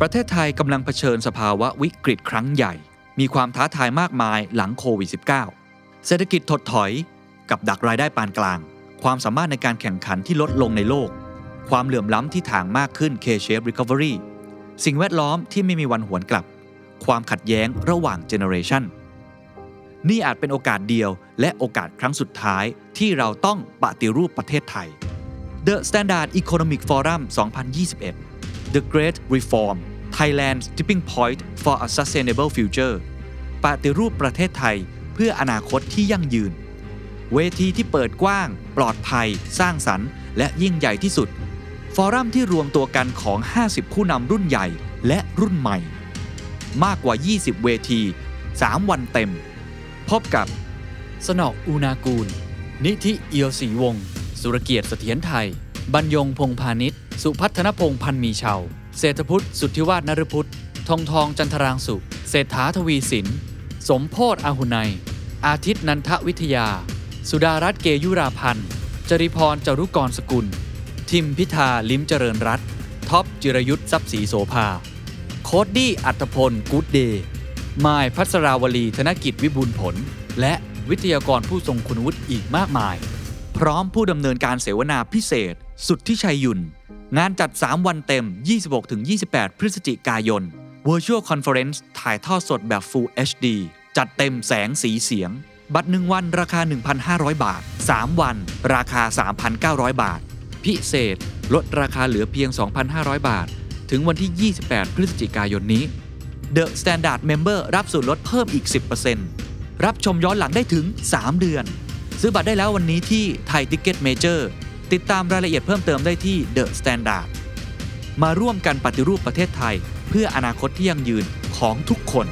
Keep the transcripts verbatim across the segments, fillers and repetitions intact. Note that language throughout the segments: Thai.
ประเทศไทยกำลังเผชิญสภาวะวิกฤตครั้งใหญ่มีความท้าทายมากมายหลังโควิด สิบเก้า เศรษฐกิจถดถอยกับดักรายได้ปานกลางความสามารถในการแข่งขันที่ลดลงในโลกความเหลื่อมล้ำที่ถ่างมากขึ้น K-shaped recovery สิ่งแวดล้อมที่ไม่มีวันหวนกลับความขัดแย้งระหว่างเจเนอเรชันนี่อาจเป็นโอกาสเดียวและโอกาสครั้งสุดท้ายที่เราต้องปฏิรูปประเทศไทย The Standard Economic Forum สองพันยี่สิบเอ็ด The Great Reform Thailand's Tipping Point for a Sustainable Future ปฏิรูปประเทศไทยเพื่ออนาคตที่ยั่งยืนเวทีที่เปิดกว้างปลอดภัยสร้างสรรค์และยิ่งใหญ่ที่สุดฟอรัมที่รวมตัวกันของห้าสิบผู้นำรุ่นใหญ่และรุ่นใหม่มากกว่ายี่สิบเวทีสามวันเต็มพบกับสนอกอูนากูลนิธิเอียวศรีวงศ์สุรเกียรติเสถียรไทยบรรยงพงษ์พาณิชย์สุพัฒนพงษ์พันมีเชาเศรษฐพุทธสุทธิวาฒนฤพุทธทองทองจันทรางสุเศรษฐาทวีสินสมโพธิ์อาหุไนอาทิตย์นันทวิทยาสุดารัตน์เกยุราพันธ์จริพรจารุกรสกุลทิมพิธาลิ้มเจริญรัตน์ท็อปจิรยุทธทรัพย์ศรีโสภาโคดดี้อัตพลกู๊ดเดย์มายพัสราวลีธนกิจวิบูลย์ผลและวิทยากรผู้ทรงคุณวุฒิอีกมากมายพร้อมผู้ดำเนินการเสวนาพิเศษสุทธิชัยยุนงานจัดสามวันเต็ม ยี่สิบหกถึงยี่สิบแปด พฤศจิกายน Virtual Conference ถ่ายทอดสดแบบ Full เอช ดี จัดเต็มแสงสีเสียงบัตรหนึ่งวันราคา หนึ่งพันห้าร้อย บาทสามวันราคา สามพันเก้าร้อย บาทพิเศษลดราคาเหลือเพียง สองพันห้าร้อย บาทถึงวันที่ยี่สิบแปดพฤศจิกายนนี้ The Standard Member รับส่วนลดเพิ่มอีก สิบเปอร์เซ็นต์ รับชมย้อนหลังได้ถึงสามเดือนซื้อบัตรได้แล้ววันนี้ที่ Thai Ticket Major ติดตามรายละเอียดเพิ่มเติมได้ที่ The Standard มาร่วมกันปฏิรูปประเทศไทยเพื่ออนาคตที่ยั่งยืนของทุกคน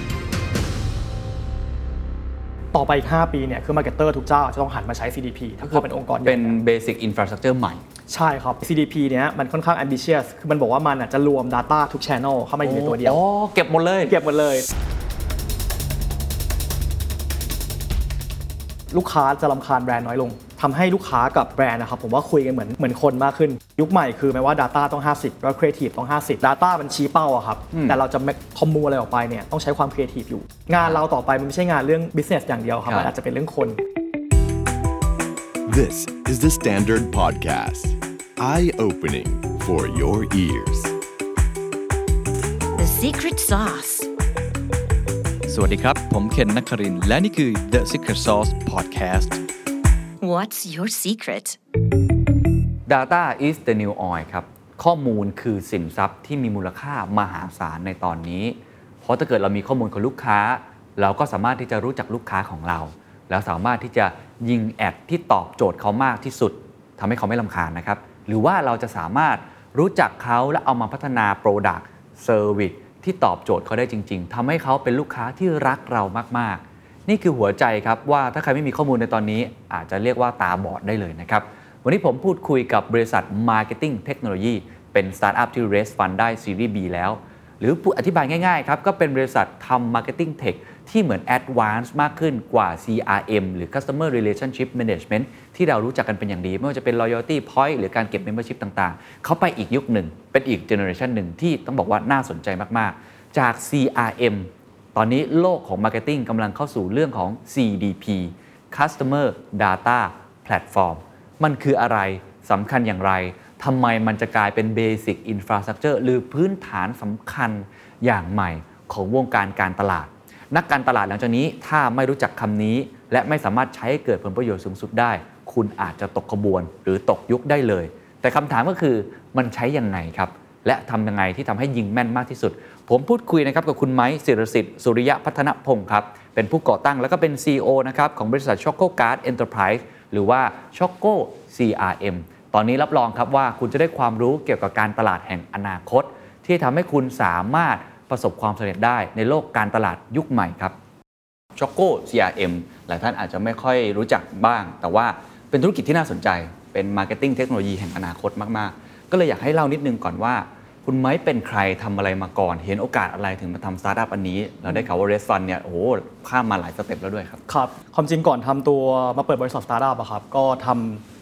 ต่อไปอีกห้าปีเนี่ยคือ marketer ทุกเจ้าจะต้องหันมาใช้ ซี ดี พี ถ้าเขาเป็นองค์กรเป็น basic infrastructure ใหม่ใช่ครับ ซี ดี พี เนี้ยมันค่อนข้าง ambitious คือมันบอกว่ามันจะรวม data ทุก channel เข้ามาอยู่ในตัวเดียวอ๋อเก็บหมดเลยเก็บหมดเลยลูกค้าจะรำคาญแบรนด์น้อยลงทำให้ลูกค้ากับแบรนด์นะครับผมว่าคุยกันเหมือนเหมือนคนมากขึ้นยุคใหม่คือแม้ว่า data ต้องห้าสิบแล้ว creative ต้องห้าสิบ data มันชี้เป้าอะครับแต่เราจะคอมมูอะไรออกไปเนี่ยต้องใช้ความ creative อยู่งานเราต่อไปมันไม่ใช่งานเรื่อง business อย่างเดียวครับมันอาจจะเป็นเรื่องคน This is the Standard Podcast Eye-opening for your ears The Secret Sauce สวัสดีครับผมเคนนักครินทร์และนี่คือ The Secret Sauce Podcast What's your secret Data is the new oil ครับข้อมูลคือสินทรัพย์ที่มีมูลค่ามหาศาลในตอนนี้เพราะถ้าเกิดเรามีข้อมูลของลูกค้าเราก็สามารถที่จะรู้จักลูกค้าของเราแล้วสามารถที่จะยิงแอดที่ตอบโจทย์เขามากที่สุดทำให้เขาไม่รำคาญนะครับหรือว่าเราจะสามารถรู้จักเขาและเอามาพัฒนา Product Service ที่ตอบโจทย์เขาได้จริงๆทำให้เขาเป็นลูกค้าที่รักเรามากๆนี่คือหัวใจครับว่าถ้าใครไม่มีข้อมูลในตอนนี้อาจจะเรียกว่าตาบอดได้เลยนะครับวันนี้ผมพูดคุยกับบริษัท Marketing Technology เป็นสตาร์ทอัพที่ Raise Fund ได้ Series B แล้วหรืออธิบายง่ายๆครับก็เป็นบริษัททำ Marketing Tech ที่เหมือน Advance มากขึ้นกว่า ซี อาร์ เอ็ม หรือ Customer Relationship Management ที่เรารู้จักกันเป็นอย่างดีไม่ว่าจะเป็น Loyalty Point หรือการเก็บ Membership ต่างๆเขาไปอีกยุคหนึ่งเป็นอีก Generation หนึ่งที่ต้องบอกว่าน่าสนใจมากๆจาก ซี อาร์ เอ็ม ตอนนี้โลกของ Marketing กำลังเข้าสู่เรื่องของ ซี ดี พี Customer Data Platform มันคืออะไรสำคัญอย่างไรทำไมมันจะกลายเป็น Basic Infrastructure หรือพื้นฐานสำคัญอย่างใหม่ของวงการการตลาดนักการตลาดหลังจากนี้ถ้าไม่รู้จักคำนี้และไม่สามารถใช้ให้เกิดผลประโยชน์สูงสุดได้คุณอาจจะตกขบวนหรือตกยุคได้เลยแต่คำถามก็คือมันใช้ยังไงครับและทำยังไงที่ทำให้ยิงแม่นมากที่สุดผมพูดคุยนะครับกับคุณไม้ศิรสิทธิ์สุริยะพัฒนพงศ์ครับเป็นผู้ก่อตั้งแล้วก็เป็น ซี อี โอ นะครับของบริษัท Choco Card Enterprise หรือว่า Choco ซี อาร์ เอ็ม ตอนนี้รับรองครับว่าคุณจะได้ความรู้เกี่ยวกับการตลาดแห่งอนาคตที่ทำให้คุณสามารถประสบความสำเร็จได้ในโลกการตลาดยุคใหม่ครับ Choco ซี อาร์ เอ็ม หลายท่านอาจจะไม่ค่อยรู้จักบ้างแต่ว่าเป็นธุรกิจที่น่าสนใจเป็น Marketing เทคโนโลยีแห่งอนาคตมากๆก็เลยอยากให้เล่านิดนึงก่อนว่าคุณไม้เป็นใครทำอะไรมาก่อนเห็นโอกาสอะไรถึงมาทำสตาร์ทอัพอันนี้เราได้ข่าวว่า Raise Fund เนี่ยโอ้โหข้ามมาหลายสเต็ปแล้วด้วยครับครับความจริงก่อนทำตัวมาเปิดบริษัทสตาร์ทอัพอะครับก็ทำ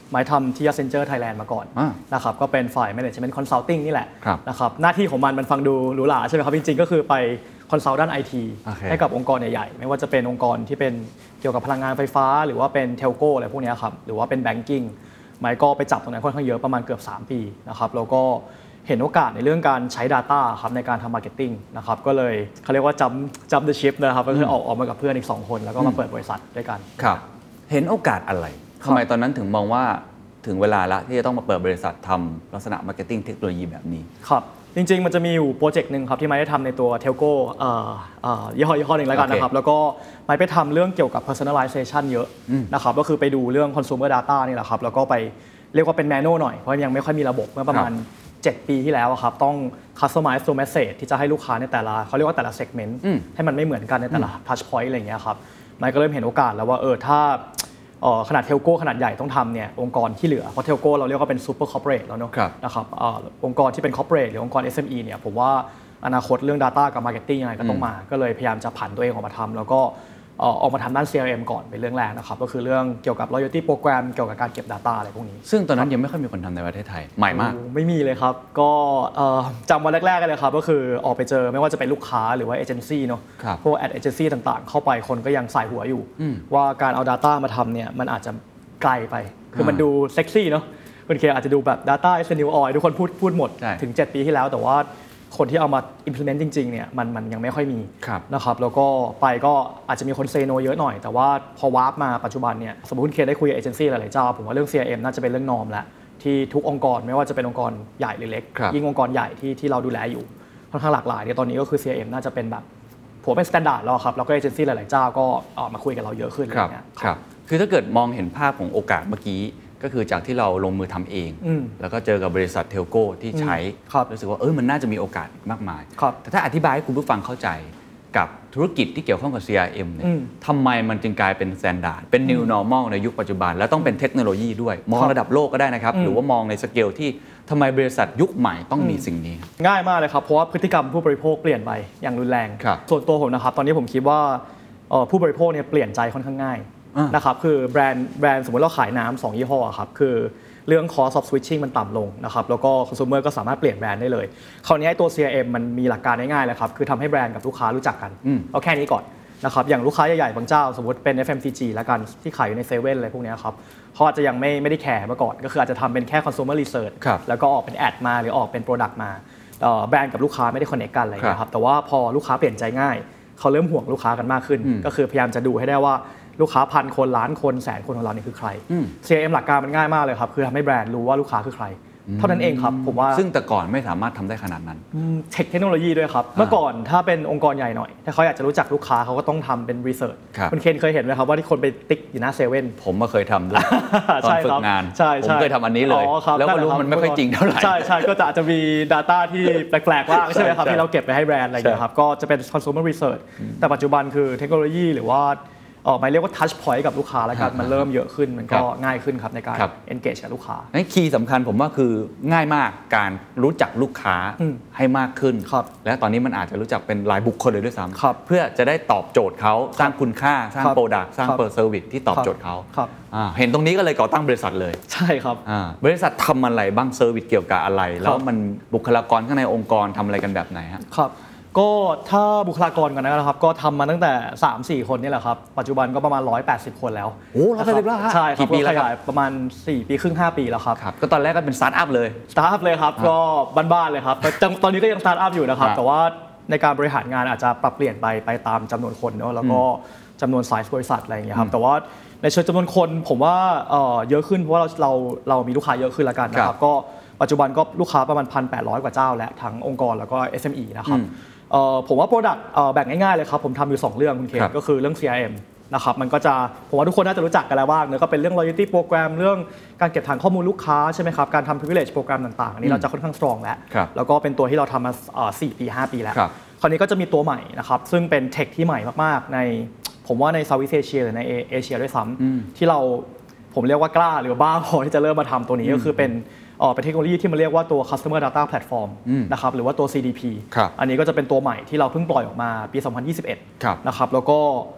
ไม้ทำที่ Accenture Thailand มาก่อนอ่านะครับก็เป็นฝ่าย Management Consulting นี่แหละครับนะครับหน้าที่ของมันมันฟังดูหรูหราใช่ไหมครับจริงๆก็คือไปคอนซัลท์ด้าน ไอ ทีโอเคให้กับองค์กรใหญ่ๆไม่ว่าจะเป็นองค์กรที่เป็นเกี่ยวกับพลังงานไฟฟ้าหรือว่าเป็นเทลโก้อะไรพวกนี้ครับหรือว่าเป็นแบงกิ้งไมค์ก็ไปจับตรงนั้นค่อนข้างเยอะประมาณเกือบสามปีนะครับแล้วก็เห็นโอกาสในเรื่องการใช้ Data ครับในการทำ Marketing นะครับก็เลยเขาเรียกว่าจำจำ the ship นะครับก็คือออกออกมากับเพื่อนอีกสองคนแล้วก็มาเปิดบริษัทด้วยกันครับเห็นโอกาสอะไรทำไมตอนนั้นถึงมองว่าถึงเวลาละที่จะต้องมาเปิดบริษัททำลักษณะ Marketing เทคโนโลยีแบบนี้ครับจริงๆมันจะมีอยู่โปรเจกต์หนึ่งครับที่ไมค์ได้ทำในตัวเทลโก้ยี่ห้อยี่ห้อหนึ่งแล้วกันนะครับแล้วก็ไมค์ไปทำเรื่องเกี่ยวกับ personalization เยอะนะครับก็คือไปดูเรื่อง consumer data นี่แหละครับแล้วก็ไปเรียกว่าเป็น manual หน่อยเพราะยังไม่ค่อยมีระบบเมื่อประมาณเจ็ดปีที่แล้วครับต้อง customize ตัว message ที่จะให้ลูกค้าในแต่ละเขาเรียกว่าแต่ละ segment ให้มันไม่เหมือนกันในแต่ละ touch point อะไรอย่างเงี้ยครับไมค์ก็เริ่มเห็นโอกาสแล้วว่าเออถ้าขนาดเทลโก้ขนาดใหญ่ต้องทำเนี่ยองค์กรที่เหลือเพราะเทลโก้เราเรียกว่าเป็นซูเปอร์คอร์ปอเรทแล้วเนาะนะครับองค์กรที่เป็นคอร์ปอเรทหรือองค์กร เอส เอ็ม อี เนี่ยผมว่าอนาคตเรื่อง Data กับ Marketing ยังไงก็ต้องมาก็เลยพยายามจะผันตัวเองออกมาทำแล้วก็ออกมาทำด้าน ซี อาร์ เอ็ม ก่อนเป็นเรื่องแรกนะครับก็คือเรื่องเกี่ยวกับ loyalty program เกี่ยวกับการเก็บ Data อะไรพวกนี้ซึ่งตอนนั้นยังไม่ค่อยมีคนทำในประเทศไทยใหม่มากไม่มีเลยครับก็จำวันแรกๆกันเลยครับก็คือออกไปเจอไม่ว่าจะเป็นลูกค้าหรือว่าเอเจนซี่เนาะพวกแอดเอเจนซี่ต่างๆเข้าไปคนก็ยังใส่หัวอยู่ว่าการเอา Data มาทำเนี่ยมันอาจจะไกลไปคือมันดูเซ็กซี่เนาะคุณเคอาจจะดูแบบ Data is the new oil ทุกคนพูดพูดหมดถึงเจ็ดปีที่แล้วแต่ว่าคนที่เอามา implement จริงๆเนี่ยมันมันยังไม่ค่อยมีนะครับแล้วก็ไปก็อาจจะมีคนเซโนเยอะหน่อยแต่ว่าพอวาร์ปมาปัจจุบันเนี่ยสมมติคุณเคได้คุยกับเอเจนซี่หลายๆเจ้าผมว่าเรื่อง ซี อาร์ เอ็ม น่าจะเป็นเรื่องนอร์มแล้วที่ทุกองค์กรไม่ว่าจะเป็นองค์กรใหญ่หรือเล็กยิ่งองค์กรใหญ่ที่ที่เราดูแลอยู่ค่อนข้างหลากหลายเนี่ยตอนนี้ก็คือ ซี อาร์ เอ็ม น่าจะเป็นแบบผมเป็น standard แล้วครับแล้วก็เอเจนซี่หลายๆเจ้าก็ออกมาคุยกับเราเยอะขึ้นอะไรเงี้ยครับคือถ้าเกิดมองเห็นภาพของโอกาสเมื่อกี้ก็คือจากที่เราลงมือทำเองแล้วก็เจอกับบริษัทเทลโก้ที่ใช้รู้สึกว่าเออมันน่าจะมีโอกาสมากมายแต่ถ้าอธิบายให้คุณผู้ฟังเข้าใจกับธุรกิจที่เกี่ยวข้องกับ ซี อาร์ เอ็ม เนี่ยทำไมมันจึงกลายเป็น standard เป็น new normal ในยุคปัจจุบันแล้วต้องเป็นเทคโนโลยีด้วยมองระดับโลกก็ได้นะครับหรือว่ามองในสเกลที่ทำไมบริษัทยุคใหม่ต้องมีสิ่งนี้ง่ายมากเลยครับเพราะว่าพฤติกรรมผู้บริโภคเปลี่ยนไปอย่างรุนแรงส่วนตัวผมนะครับตอนนี้ผมคิดว่าผู้บริโภคเนี่ยเปลี่ยนใจค่อนข้างง่ายนะครับคือแบรนด์แบรนด์สมมติเราขายน้ำสองยี่ห้อครับคือเรื่อง cost of switching มันต่ำลงนะครับแล้วก็ consumer ก็สามารถเปลี่ยนแบรนด์ได้เลยคราวนี้ไอ้ตัว ซี อาร์ เอ็ม มันมีหลักการง่ายๆเลยครับคือทำให้แบรนด์กับลูกค้ารู้จักกันเอาแค่นี้ก่อนนะครับอย่างลูกค้าใหญ่ๆบางเจ้าสมมติเป็น เอฟ เอ็ม ซี จี แล้วกันที่ขายอยู่ในเซเว่นอะไรพวกนี้ครับเขาอาจจะยังไม่ไม่ได้แคร์มาก่อนก็คืออาจจะทำเป็นแค่ consumer research แล้วก็ออกเป็นแอดมาหรือออกเป็น product มาแบรนด์กับลูกค้าไม่ได้ connect กันอะไรอย่างเงี้ยครับแต่ว่าพอลูกค้าเปลี่ยนใจง่ายเขาเริ่มห่วงลูกค้ากันมากขึ้นก็คือพยายามจะดูให้ได้ว่าลูกค้าพันคนล้านคนแสนคนของเรานี่คือใคร ซี อาร์ เอ็ม หลักการมันง่ายมากเลยครับคือทำให้แบรนด์รู้ว่าลูกค้าคือใครเท่านั้นเองครับผมว่าซึ่งแต่ก่อนไม่สามารถทำได้ขนาดนั้นเทคโนโลยีด้วยครับเมื่อก่อนถ้าเป็นองค์กรใหญ่หน่อยถ้าเขาอยากจะรู้จักลูกค้าเขาก็ต้องทำเป็นรีเสิร์ชคุณเคนเคยเห็นไหมครับว่าที่คนไปติ๊กอยู่หน้าเซเว่นผมก็เคยทำด้วยตอนฝึกงานผมเคยทำอันนี้เลยแล้วก็รู้มันไม่ค่อยจริงเท่าไหร่ใช่ใช่ก็จะอาจจะมี Data ที่แปลกๆบ้างใช่ไหมครับที่เราเก็บไปให้แบรนด์อะไรอย่างเงี้ยครับก็จะเป็น consumer research แต่ปัจจุบันคือเทคโนโลยีหรือว่าออกมาเรียกว่า touch point กับลูกค้าแล้วกันมันเริ่มเยอะขึ้นมันก็ง่ายขึ้นครับในการ engage กับลูกค้าในคีย์สำคัญผมว่าคือง่ายมากการรู้จักลูกค้าให้มากขึ้นและตอนนี้มันอาจจะรู้จักเป็นรายบุคคลเลยด้วยซ้ำเพื่อจะได้ตอบโจทย์เขาสร้างคุณค่าสร้าง product สร้าง service ที่ตอบโจทย์เขาเห็นตรงนี้ก็เลยก่อตั้งบริษัทเลยใช่ครับบริษัททำอะไรบ้าง service เกี่ยวกับอะไรแล้วมันบุคลากรข้างในองค์กรทำอะไรกันแบบไหนฮะครับก็ถ้าบุคลากรกันนะครับก็ทำมาตั้งแต่ สามถึงสี่ คนนี่แหละครับปัจจุบันก็ประมาณหนึ่งร้อยแปดสิบคนแล้วโอ้ร้อยแปดสิบแล้วใช่ครับขยายประมาณสี่ปีครึ่งห้าปีแล้วครับก็ตอนแรกก็เป็นสตาร์ทอัพเลยสตาร์ทอัพเลยครับก็บ้านๆเลยครับตอนนี้ก็ยังสตาร์ทอัพอยู่นะครับแต่ว่าในการบริหารงานอาจจะปรับเปลี่ยนไปไปตามจำนวนคนเนาะแล้วก็จำนวนไซส์บริษัทอะไรอย่างเงี้ยครับแต่ว่าในเชิงจำนวนคนผมว่าเยอะขึ้นเพราะว่าเราเราเรามีลูกค้าเยอะขึ้นแล้วกันนะครับก็ปัจจุบันก็ลูกค้าประมาณ หนึ่งพันแปดร้อย กว่าเจ้าแล้วทั้งองค์กรแล้วก็ เอส เอ็ม อี นะครับผมว่า Product แบ่งง่ายๆเลยครับผมทำอยู่สองเรื่องคุณเคนก็คือเรื่อง ซี อาร์ เอ็ม นะครับมันก็จะผมว่าทุกคนน่าจะรู้จักกันแล้วบ้างเนอะก็เป็นเรื่อง loyalty program เรื่องการเก็บฐานข้อมูลลูกค้าใช่ไหมครับการทำ privilege program ต่างๆอันนี้เราจะค่อนข้าง strong แล้วแล้วก็เป็นตัวที่เราทำมาสี่ปีห้าปีแล้วคราวนี้ก็จะมีตัวใหม่นะครับซึ่งเป็นเทคที่ใหม่มากๆในผมว่าใน Southeast Asia หรือในเอเชียด้วยซ้ำที่เราผมเรียกว่ากล้าหรือบ้าพอที่จะเริ่มมาทำตัวนี้ก็คือเป็นเป็นเทคโนโลยีที่มันเรียกว่าตัว customer data platform นะครับหรือว่าตัว ซี ดี พี อันนี้ก็จะเป็นตัวใหม่ที่เราเพิ่งปล่อยออกมาปีสองพันยี่สิบเอ็ดนะครับแล้วก็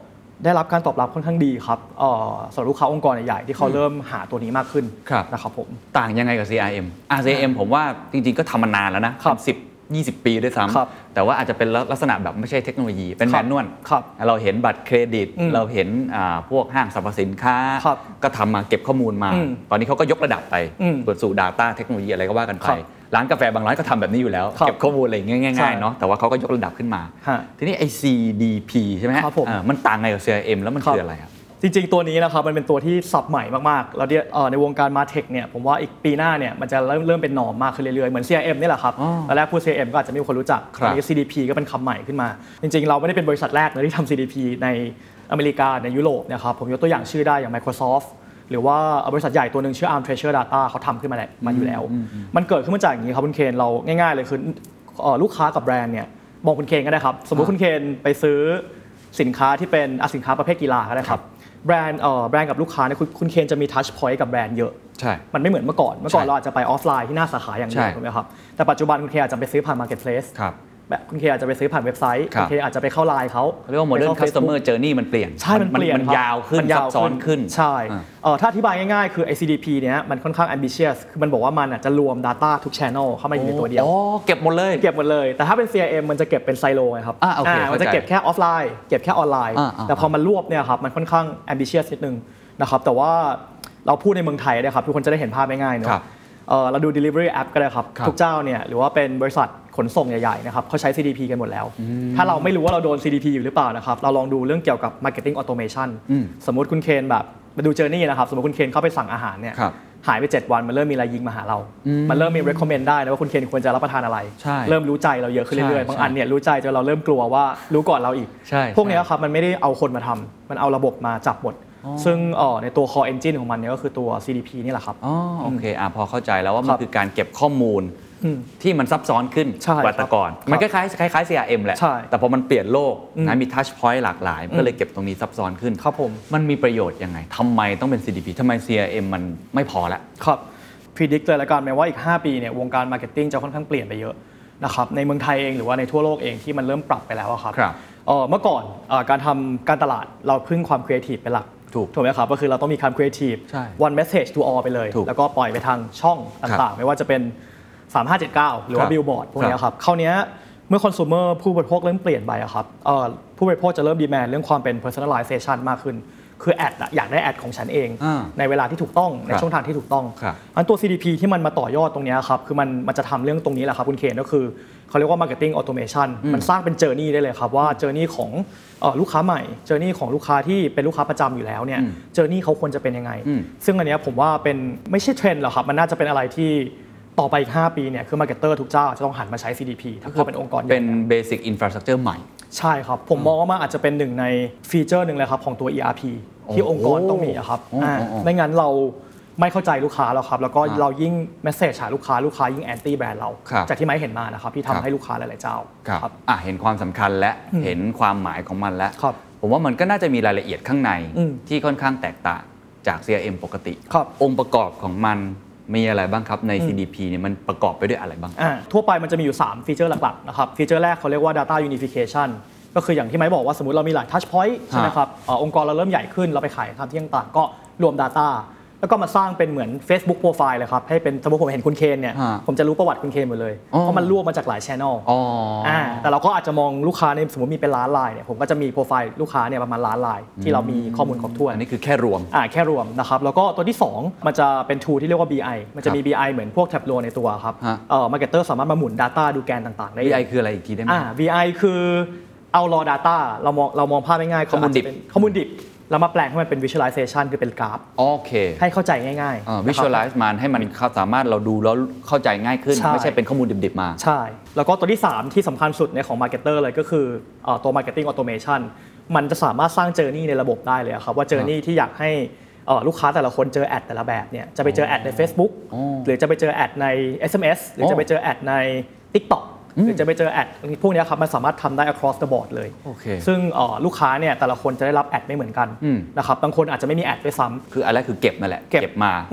ได้รับการตอบรับค่อนข้างดีครับเอ่อสำหรับลูกค้าองค์กรใหญ่ๆที่เขาเริ่มหาตัวนี้มากขึ้นนะครับผมต่างยังไงกับ ซี อาร์ เอ็ม อ่ะ ซี อาร์ เอ็ม ผมว่าจริงๆก็ทำมานานแล้วนะสิบ ยี่สิบ ปีด้วยซ้ำแต่ว่าอาจจะเป็นลักษณะแบบไม่ใช่เทคโนโลยีเป็นแมนนวลเราเห็นบัตรเครดิตเราเห็นพวกห้างสรรพสินค้าก็ทำมาเก็บข้อมูลมาตอนนี้เขาก็ยกระดับไปสู่ Data เทคโนโลยีอะไรก็ว่ากันไปร้านกาแฟบางร้านก็ทำแบบนี้อยู่แล้วเก็บข้อมูลอะไรง่ายๆเนาะแต่ว่าเขาก็ยกระดับขึ้นมาทีนี้ไอ้ ซี ดี พี ใช่ไหมฮะมันต่างไงกับ ซี อาร์ เอ็ม แล้วมันคืออะไรครับจริงๆตัวนี้นะครับมันเป็นตัวที่สับใหม่มากๆแล้วในวงการมาเทคเนี่ยผมว่าอีกปีหน้าเนี่ยมันจะเริ่มเริ่มเป็นนอร์มมากขึ้นเรื่อยๆเหมือน ซี อาร์ เอ็ม นี่แหละครับตอนแรกพูด ซี อาร์ เอ็ม ก็อาจจะไม่มีคนรู้จักตอนนี้ ซี ดี พี ก็เป็นคำใหม่ขึ้นมาจริงๆเราไม่ได้เป็นบริษัทแรกนะที่ทำ ซี ดี พี ในอเมริกาในยุโรปนะครับผมยกตัวอย่างชื่อได้อย่าง Microsoft หรือว่าบริษัทใหญ่ตัวนึงชื่อ Arm Treasure Data เขาทำขึ้นมาแล้วมาอยู่แล้วมันเกิดขึ้นมาจากอย่างนี้ครับคุณเคนเราง่ายๆเลยคือลูกค้ากับแบรนด์เนี่ยมองคุณเคนก็ได้ครับสมมุติคุณเคนไปซื้อสินค้าที่เป็นสินค้าประเภทกีฬาก็ได้ครับแบรนด์เอ่อแบรนด์กับลูกค้าเนี่ยคุณคุณเคนจะมีทัชพอยต์กับแบรนด์เยอะใช่มันไม่เหมือนเมื่อก่อนเมื่อก่อนเราอาจจะไปออฟไลน์ที่หน้าสาขาอย่างเดียวถูกไหมครับแต่ปัจจุบันคุณเคนอาจจะไปซื้อผ่าน Marketplace ครับแบบคุณเคนอาจจะไปซื้อผ่านเว็บไซต์คุณเคนอาจจะไปเข้าไลน์เขาเรียกว่า Modern Customer Journey มันเปลี่ยนใช่มันเปลี่ยนมันยาวขึ้นซับซ้อนขึ้นใช่เอ่อถ้าอธิบายง่ายๆคือ ไอ้ ซี ดี พี เนี้ยมันค่อนข้าง ambitious คือมันบอกว่ามันจะรวม data ทุก channel เข้ามาอยู่ในตัวเดียวอ๋อเก็บหมดเลยเก็บหมดเลยแต่ถ้าเป็น ซี อาร์ เอ็ม มันจะเก็บเป็นไซโลไงครับอ่าโอเคมันจะเก็บแค่ออฟไลน์เก็บแค่ออนไลน์แต่พอมันรวบเนี่ยครับมันค่อนข้าง ambitious นิดนึงนะครับแต่ว่าเราพูดในเมืองไทยเนี่ยครับทุกคนจะได้เห็นภาพง่ายๆเนาะเราดู delivery app ก็ได้ครับทุกเจ้าเนี่ยหรือว่าเป็นบริษัทขนส่งใหญ่ๆนะครับเขาใช้ ซี ดี พี กันหมดแล้วถ้าเราไม่รู้ว่าเราโดน ซี ดี พี อยู่หรือเปล่านะครับเราลองดูเรื่องเกี่ยวกับ marketing automation สมมุติคุณเคนแบบมาดู journey นะครับสมมุติคุณเคนเข้าไปสั่งอาหารเนี่ยหายไปเจ็ดวันมันเริ่มมีรายยิงมาหาเรามันเริ่มมี recommend ได้นะว่าคุณเคนควรจะรับประทานอะไรเริ่มรู้ใจเราเยอะขึ้นเรื่อยๆบางอันเนี่ยรู้ใจจนเราเริ่มกลัวว่ารู้ก่อนเราอีกพวกนี้ครับมันไม่ได้เอาคนมาทำมันเอาระบบมาจับหมดซึ่งในตัว core engine ของมันเนี่ยก็คือตัว ซี ดี พี นี่แหละครับอ๋อโอเคอ่ะพอเข้าใจแล้วว่ามันคือการเก็บข้อมูลที่มันซับซ้อนขึ้นกว่าแต่ก่อนมันคล้ายๆคล้ายๆ ซี อาร์ เอ็ม แหละแต่พอมันเปลี่ยนโลกนะมี touch point หลากหลายมันก็เลยเก็บตรงนี้ซับซ้อนขึ้นครับผมมันมีประโยชน์ยังไงทำไมต้องเป็น ซี ดี พี ทำไม ซี อาร์ เอ็ม มันไม่พอละครับ predict เลยละกันแม้ว่าอีกห้าปีเนี่ยวงการ marketing จะค่อนข้างเปลี่ยนไปเยอะนะครับในเมืองไทยเองหรือว่าในทั่วโลกเองที่มันเริ่มปรับไปแล้วครับเมื่อก่อนการทำการตลาดเราพึ่งความ creative เป็นหลักถูกไหมครับก็คือเราต้องมีคำ creative one message to all ไปเลยแล้วก็ปล่อยไปทางช่องต่างๆไม่ว่าจะเป็นสามห้าเจ็ดเก้าหรือว่า billboard พวกนี้ครับคราวนี้เมื่อ consumer ผู้บริโภคเริ่มเปลี่ยนไปครับผู้บริโภคจะเริ่ม demand เรื่องความเป็น personalization มากขึ้นคือแอดอยากได้แอดของฉันเองในเวลาที่ถูกต้องในช่องทางที่ถูกต้องอันตัว ซี ดี พี ที่มันมาต่อยอดตรงนี้ครับคือมันมันจะทำเรื่องตรงนี้แหละครับคุณเคนก็คือเขาเรียกว่า marketing automation มันสร้างเป็น journey ได้เลยครับว่า journey ของลูกค้าใหม่ journey ของลูกค้าที่เป็นลูกค้าประจำอยู่แล้วเนี่ย journey เขาควรจะเป็นยังไงซึ่งอันนี้ผมว่าเป็นไม่ใช่เทรนด์หรอกครับมันน่าจะเป็นอะไรที่ต่อไปอีกห้าปีเนี่ยคือ marketer ทุกเจ้าจะต้องหันมาใช้ ซี ดี พี ถ้าเขาเป็นองค์กรใหญ่เป็น basic infrastructure ใหม่ใช่ครับผมมองว่ามันอาจจะเป็นหนึ่งในฟีเจอร์หนึ่งเลยครับของตัว อี อาร์ พี ที่องค์กรต้องมีครับไม่งั้นเราไม่เข้าใจลูกค้าแล้วครับแล้วก็เรายิ่งเมสเซจหาลูกค้าลูกค้ายิ่งแอนตี้แบรนด์เราจากที่ไม้เห็นมานะครับที่ทำให้ลูกค้าหลายๆเจ้าครับอ่ะเห็นความสำคัญและเห็นความหมายของมันแล้วผมว่ามันก็น่าจะมีรายละเอียดข้างในที่ค่อนข้างแตกต่างจาก ซี อาร์ เอ็ม ปกติองค์ประกอบของมันมีอะไรบ้างครับใน ซี ดี พี เนี่ยมันประกอบไปด้วยอะไรบ้างทั่วไปมันจะมีอยู่สามฟีเจอร์หลักๆนะครับฟีเจอร์แรกเขาเรียกว่า data unification ก็คืออย่างที่ไม้บอกว่าสมมุติเรามีหลาย touch point ใช่ไหมครับองค์กรเราเริ่มใหญ่ขึ้นเราไปขายทำที่ต่างๆก็รวม data แล้วก็มาสร้างเป็นเหมือน Facebook Profile เลยครับให้เป็นสมมุติผมเห็นคุณเคนเนี่ยผมจะรู้ประวัติคุณเคนหมดเลยเพราะมันรวบมาจากหลาย channel อ๋อแต่เราก็อาจจะมองลูกค้าในสมมุติมีเป็นล้านรายเนี่ยผมก็จะมีโปรไฟล์ลูกค้าเนี่ยประมาณล้านรายที่เรามีข้อมูลครบถ้วนอันนี้คือแค่รวมอ่าแค่รวมนะครับแล้วก็ตัวที่สองมันจะเป็น tool ที่เรียกว่า บี ไอ มันจะมี บี ไอ เหมือนพวก Tableau ในตัวครับเอ่อ marketer สามารถมาหมุน data ดูแกนต่างๆได้บี ไอ คืออะไรอีกทีได้มั้ยอ่า บี ไอ คือเอา raw data เรามองเรามองภาพง่ายๆข้อมูลดิบข้อมูลดิบแล้วมาแปลงให้มันเป็น visualization คือเป็นกราฟโอเคให้เข้าใจง่ายๆอ่า visualize มันให้มันสามารถเราดูแล้วเข้าใจง่ายขึ้นไม่ใช่เป็นข้อมูลดิบๆมาใช่แล้วก็ตัวที่สามที่สำคัญสุดในของ marketer เลยก็คือตัว marketing automation มันจะสามารถสร้าง journey ในระบบได้เลยครับว่า journey ที่อยากให้ลูกค้าแต่ละคนเจอแอดแต่ละแบบเนี่ยจะไปเจอแอดใน Facebook หรือจะไปเจอแอดใน เอส เอ็ม เอส หรือจะไปเจอแอดใน TikTokหรือจะไปเจอแอดพวกนี้ครับมันสามารถทำได้ across the board เลยซึ่งลูกค้าเนี่ยแต่ละคนจะได้รับแอดไม่เหมือนกันนะครับบางคนอาจจะไม่มีแอดด้วยซ้ำคืออะไรคือเก็บนั่นแหละเก็บมา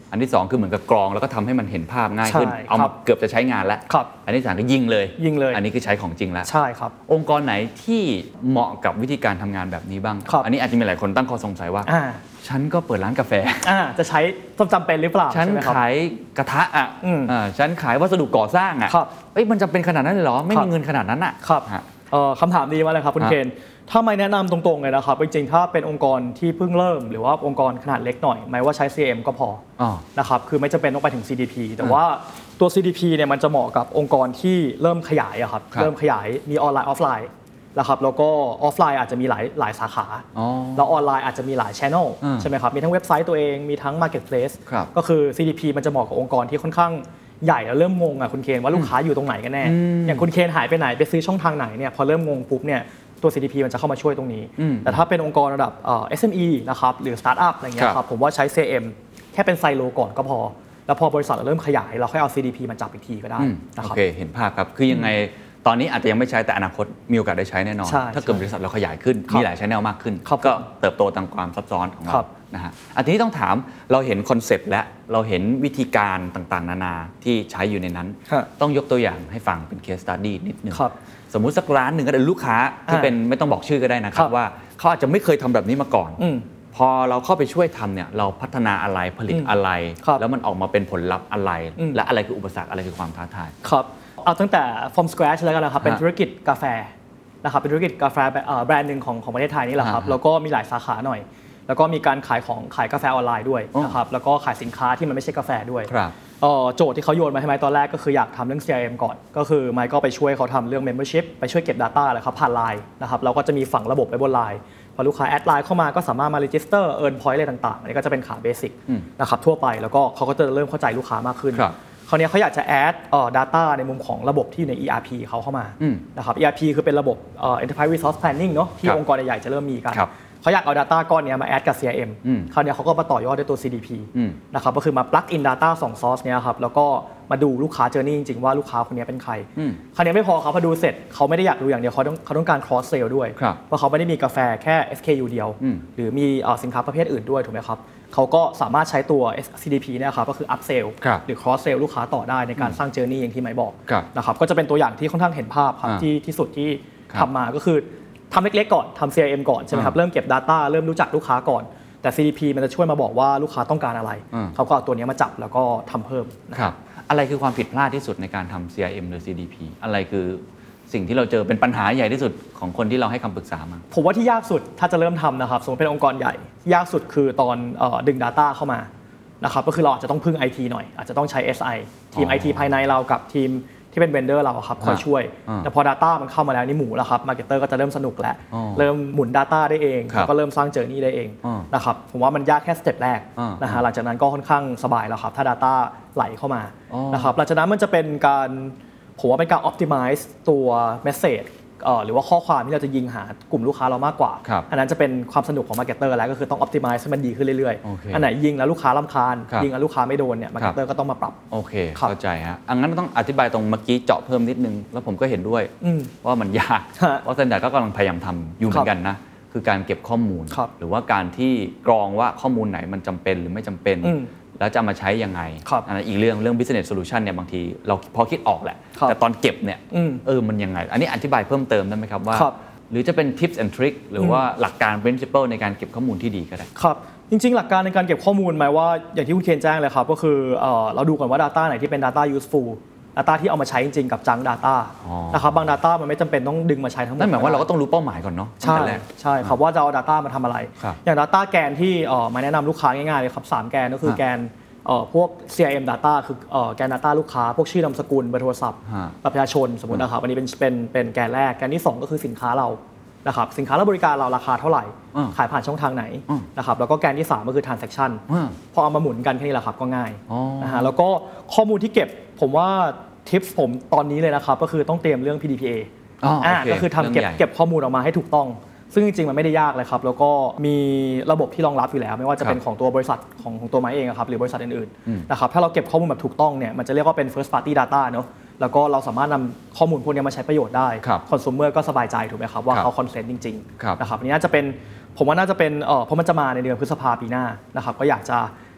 อันที่สองคือเหมือนกับกรองแล้วก็ทำให้มันเห็นภาพง่ายขึ้นเอามาเกือบจะใช้งานแล้วอันที่สามก็ยิงเลยยิงเลยอันนี้คือใช้ของจริงแล้วใช่ครับองค์กรไหนที่เหมาะกับวิธีการทำงานแบบนี้บ้างอันนี้อาจจะมีหลายคนตั้งข้อสงสัยว่าฉันก็เปิดร้านกาแฟจะใช้จำเป็นหรือเปล่าฉันขายกระทะอ่ะฉันขายวัสดุก่อสร้างอ่ะเอ้ยมันจะเป็นขนาดนั้นเลยเหรอไม่มีเงินขนาดนั้นอ่ะครับคำถามดีมากเลยครับคุณเคนถ้าไม่แนะนำตรงๆเลยนะครับจริงๆถ้าเป็นองค์กรที่เพิ่งเริ่มหรือว่าองค์กรขนาดเล็กหน่อยหมายว่าใช้ ซี เอ็ม ก็พอนะครับคือไม่จำเป็นต้องไปถึง ซี ดี พี แต่ว่าตัว ซี ดี พี เนี่ยมันจะเหมาะกับองค์กรที่เริ่มขยายอะครับเริ่มขยายมีออนไลน์ออฟไลน์นะครับแล้วก็ออฟไลน์อาจจะมีหลายหลายสาขาแล้วออนไลน์อาจจะมีหลาย channel ใช่ไหมครับมีทั้งเว็บไซต์ตัวเองมีทั้ง marketplace ก็คือ ซี ดี พี มันจะเหมาะกับองค์กรที่ค่อนข้างใหญ่แล้วเริ่มงงอ่ะคุณเคนว่าลูกค้าอยู่ตรงไหนกันแน่อย่างคุณเคนหายไปไหนไปซื้อช่องทางไหนเนี่ยพอเริ่มงงปุ๊บเนี่ยตัว ซี ดี พี มันจะเข้ามาช่วยตรงนี้แต่ถ้าเป็นองค์กรระดับเอ่อ เอส เอ็ม อี นะครับหรือสตาร์ทอัพอะไรเงี้ยครับผมว่าใช้ ซี เอ็ม แค่เป็นไซโลก่อนก็พอแล้วพอบริษัทเริ่มขยายเราค่อยเอา ซี ดี พี มาจับอีกทีก็ได้นะครับโอเคเห็นภาพครับคือยังไงตอนนี้อาจจะยังไม่ใช้แต่อนาคตมีโอกาสได้ใช้แน่นอนถ้าเกิดบริษัทเราขยายขึ้นมีหลาย channel มากขึ้นก็เติบโตตามความซับซ้อนของเรานะฮะอันนี้ต้องถามเราเห็นคอนเซปต์และเราเห็นวิธีการต่างๆนานาที่ใช้อยู่ในนั้นต้องยกตัวอย่างให้ฟังเป็น case study นิดนึงสมมุติสักร้านหนึ่งก็ได้ลูกค้าที่เป็นไม่ต้องบอกชื่อก็ได้นะครับว่าเขาอาจจะไม่เคยทำแบบนี้มาก่อนพอเราเข้าไปช่วยทำเนี่ยเราพัฒนาอะไรผลิตอะไรแล้วมันออกมาเป็นผลลัพธ์อะไรและอะไรคืออุปสรรคอะไรคือความท้าทายครับเอาตั้งแต่ from scratch แล้วกันนะครับเป็นธุรกิจกาแฟนะครับเป็นธุรกิจกาแฟแบรนด์หนึ่งของของประเทศไทยนี่แหละครับแล้วก็มีหลายสาขาหน่อยแล้วก็มีการขายของขายกาแฟออนไลน์ด้วยนะครับแล้วก็ขายสินค้าที่มันไม่ใช่กาแฟด้วยโจทย์ที่เขาโยนมาให้ไมค์ตอนแรกก็คืออยากทำเรื่อง ซี อาร์ เอ็ม ก่อนก็คือไมค์ก็ไปช่วยเขาทำเรื่อง membership ไปช่วยเก็บ data เลยครับผ่าน ไลน์ นะครับเราก็จะมีฝังระบบไว้บน ไลน์ พอลูกค้าแอดไลน์เข้ามาก็สามารถมา register earn point อะไรต่างๆอันนี้ก็จะเป็นขาเบสิกนะครับทั่วไปแล้วก็เขาก็จะเริ่มเข้าใจลูกค้ามากขึ้นคราวนี้เขาอยากจะ add เอ่อ data ในมุมของระบบที่อยู่ใน อี อาร์ พี เขาเข้ามานะครับ อี อาร์ พี คือเป็นระบบเอ่อ enterprise resource planning เนาะที่องค์กรใหญ่ๆจะเริ่มมีกันเขาอยากเอา data ก้อนนี้มาแอดกับ ซี อาร์ เอ็ม คราวนี้เขาก็มาต่อยอดด้วยตัว ซี ดี พี นะครับก็คือมา plug in data สอง source เนี้ยครับแล้วก็มาดูลูกค้า journey จริงๆว่าลูกค้าคนนี้เป็นใครคราวนี้ไม่พอเขาพอดูเสร็จเขาไม่ได้อยากดูอย่างเดียวเขาต้องเขาต้องการ cross sell ด้วยเพราะเขาไม่ได้มีกาแฟแค่ เอส เค ยู เดียวหรือมีสินค้าประเภทอื่นด้วยถูกไหมครับเขาก็สามารถใช้ตัว ซี ดี พี เนี่ยครับก็คือ up sell หรือ cross sell ลูกค้าต่อได้ในการสร้าง journey อย่างที่ไมค์บอกนะครับก็จะเป็นตัวอย่างที่ค่อนข้างเห็นภาพครับที่ที่สุดที่ทำมาก็คือทำเล็กๆก่อนทำ ซี อาร์ เอ็ม ก่อนใช่ไหมครับเริ่มเก็บ data เริ่มรู้จักลูกค้าก่อนแต่ ซี ดี พี มันจะช่วยมาบอกว่าลูกค้าต้องการอะไรเขาก็เอาตัวนี้มาจับแล้วก็ทำเพิ่มนะครับอะไรคือความผิดพลาดที่สุดในการทำ ซี อาร์ เอ็ม หรือ ซี ดี พี อะไรคือสิ่งที่เราเจอเป็นปัญหาใหญ่ที่สุดของคนที่เราให้คำปรึกษามาผมว่าที่ยากสุดถ้าจะเริ่มทำนะครับสมมติเป็นองค์กรใหญ่ยากสุดคือตอนดึง data เข้ามานะครับก็คือเราอาจจะต้องพึ่ง ไอ ที หน่อยอาจจะต้องใช้ เอส ไอ ทีม ไอ ที ภายในเรากับทีมที่เป็นเวนเดอร์เราครับคอยช่วยแต่พอ data มันเข้ามาแล้วนี่หมูแล้วครับมาร์เก็ตเตอร์ก็จะเริ่มสนุกแล้วเริ่มหมุน data ได้เองแล้วก็เริ่มสร้างเจอร์นี่ได้เองนะครับผมว่ามันยากแค่สเต็ปแรกนะฮะหลังจากนั้นก็ค่อนข้างสบายแล้วครับถ้า data ไหลเข้ามานะครับหลังจากนั้นมันจะเป็นการผมว่าเป็นการ optimize ตัว messageหรือว่าข้อความที่เราจะยิงหากลุ่มลูกค้าเรามากกว่าอันนั้นจะเป็นความสนุกของมาร์เก็ตเตอร์แล้วก็คือต้อง optimize ให้มันดีขึ้นเรื่อยๆอันไหนยิงแล้วลูกค้ารำคาญยิงแล้วลูกค้าไม่โดนเนี่ยมาร์เก็ตเตอร์ก็ต้องมาปรับโอเคเข้าใจฮะอันนั้นต้องอธิบายตรงเมื่อกี้เจาะเพิ่มนิดนึงแล้วผมก็เห็นด้วยว่ามันยากเพราะส่วนใหญ่ก็กำลังพยายามทำอยู่เหมือนกันนะคือการเก็บข้อมูลหรือว่าการที่กรองว่าข้อมูลไหนมันจำเป็นหรือไม่จำเป็นแล้วจะมาใช้ยังไงอันนั้นอีกเรื่องเรื่อง business solution เนี่ยบางทีเราพอคิดออกแหละแต่ตอนเก็บเนี่ยเออมันยังไงอันนี้อธิบายเพิ่มเติมได้ไหมครับว่าหรือจะเป็น tips and trick หรือว่าหลักการ principle ในการเก็บข้อมูลที่ดีก็ได้ครับจริงๆหลักการในการเก็บข้อมูลหมายว่าอย่างที่คุณเคนแจ้งเลยครับก็คือเราดูก่อนว่า data ไหนที่เป็น data useful data ที่เอามาใช้จริงๆกับ junk data นะครับบาง data มันไม่จำเป็นต้องดึงมาใช้ทั้งหมดนั่นหมายว่าเราก็ต้องรู้เป้าหมายก่อนเนาะใช่ใช่ครับว่าจะเอา data มาทำอะไรอย่าง data แกนที่มาแนะนำลูกค้าง่ายๆเลยครับสามแกนก็คือแกนพวก ซี อาร์ เอ็ม data คือแกน data ลูกค้าพวกชื่อนามสกุลเบอร์โทรศัพท์บัตรประชาชนสมมุตินะครับอันนี้เป็นเป็นเป็นแกนแรกแกนที่สองก็คือสินค้าเรานะครับสินค้าและบริการเราราคาเท่าไหร่ขายผ่านช่องทางไหนนะครับแล้วก็แกนที่สามก็คือ transaction พอเอามาหมุนกันแค่นี้แหละครับก็ง่ายนะฮะแล้วก็ข้อมูลที่เก็บผมว่าทิปส์ผมตอนนี้เลยนะครับก็คือต้องเตรียมเรื่อง พี ดี พี เอ อ่าก็คือทำเก็บเก็บข้อมูลออกมาให้ถูกต้องซึ่งจริงๆมันไม่ได้ยากเลยครับแล้วก็มีระบบที่รองรับอยู่แล้วไม่ว่าจะเป็นของตัวบริษัทของของตัวไม้เองครับหรือบริษัทอื่นๆนะครับถ้าเราเก็บข้อมูลแบบถูกต้องเนี่ยมันจะเรียกว่าเป็น first party data เนาะแล้วก็เราสามารถนำข้อมูลพวกนี้มาใช้ประโยชน์ได้คอน sumer ก็สบายใจถูกไหมครับว่าเขาคอนเซนต์จริงๆนะครับอันนี้น่าจะเป็นผมว่าน่าจะเป็นเอ่อเพราะมันจะมาในเดือนพฤษภาปีหน้านะครับก็อยากจะ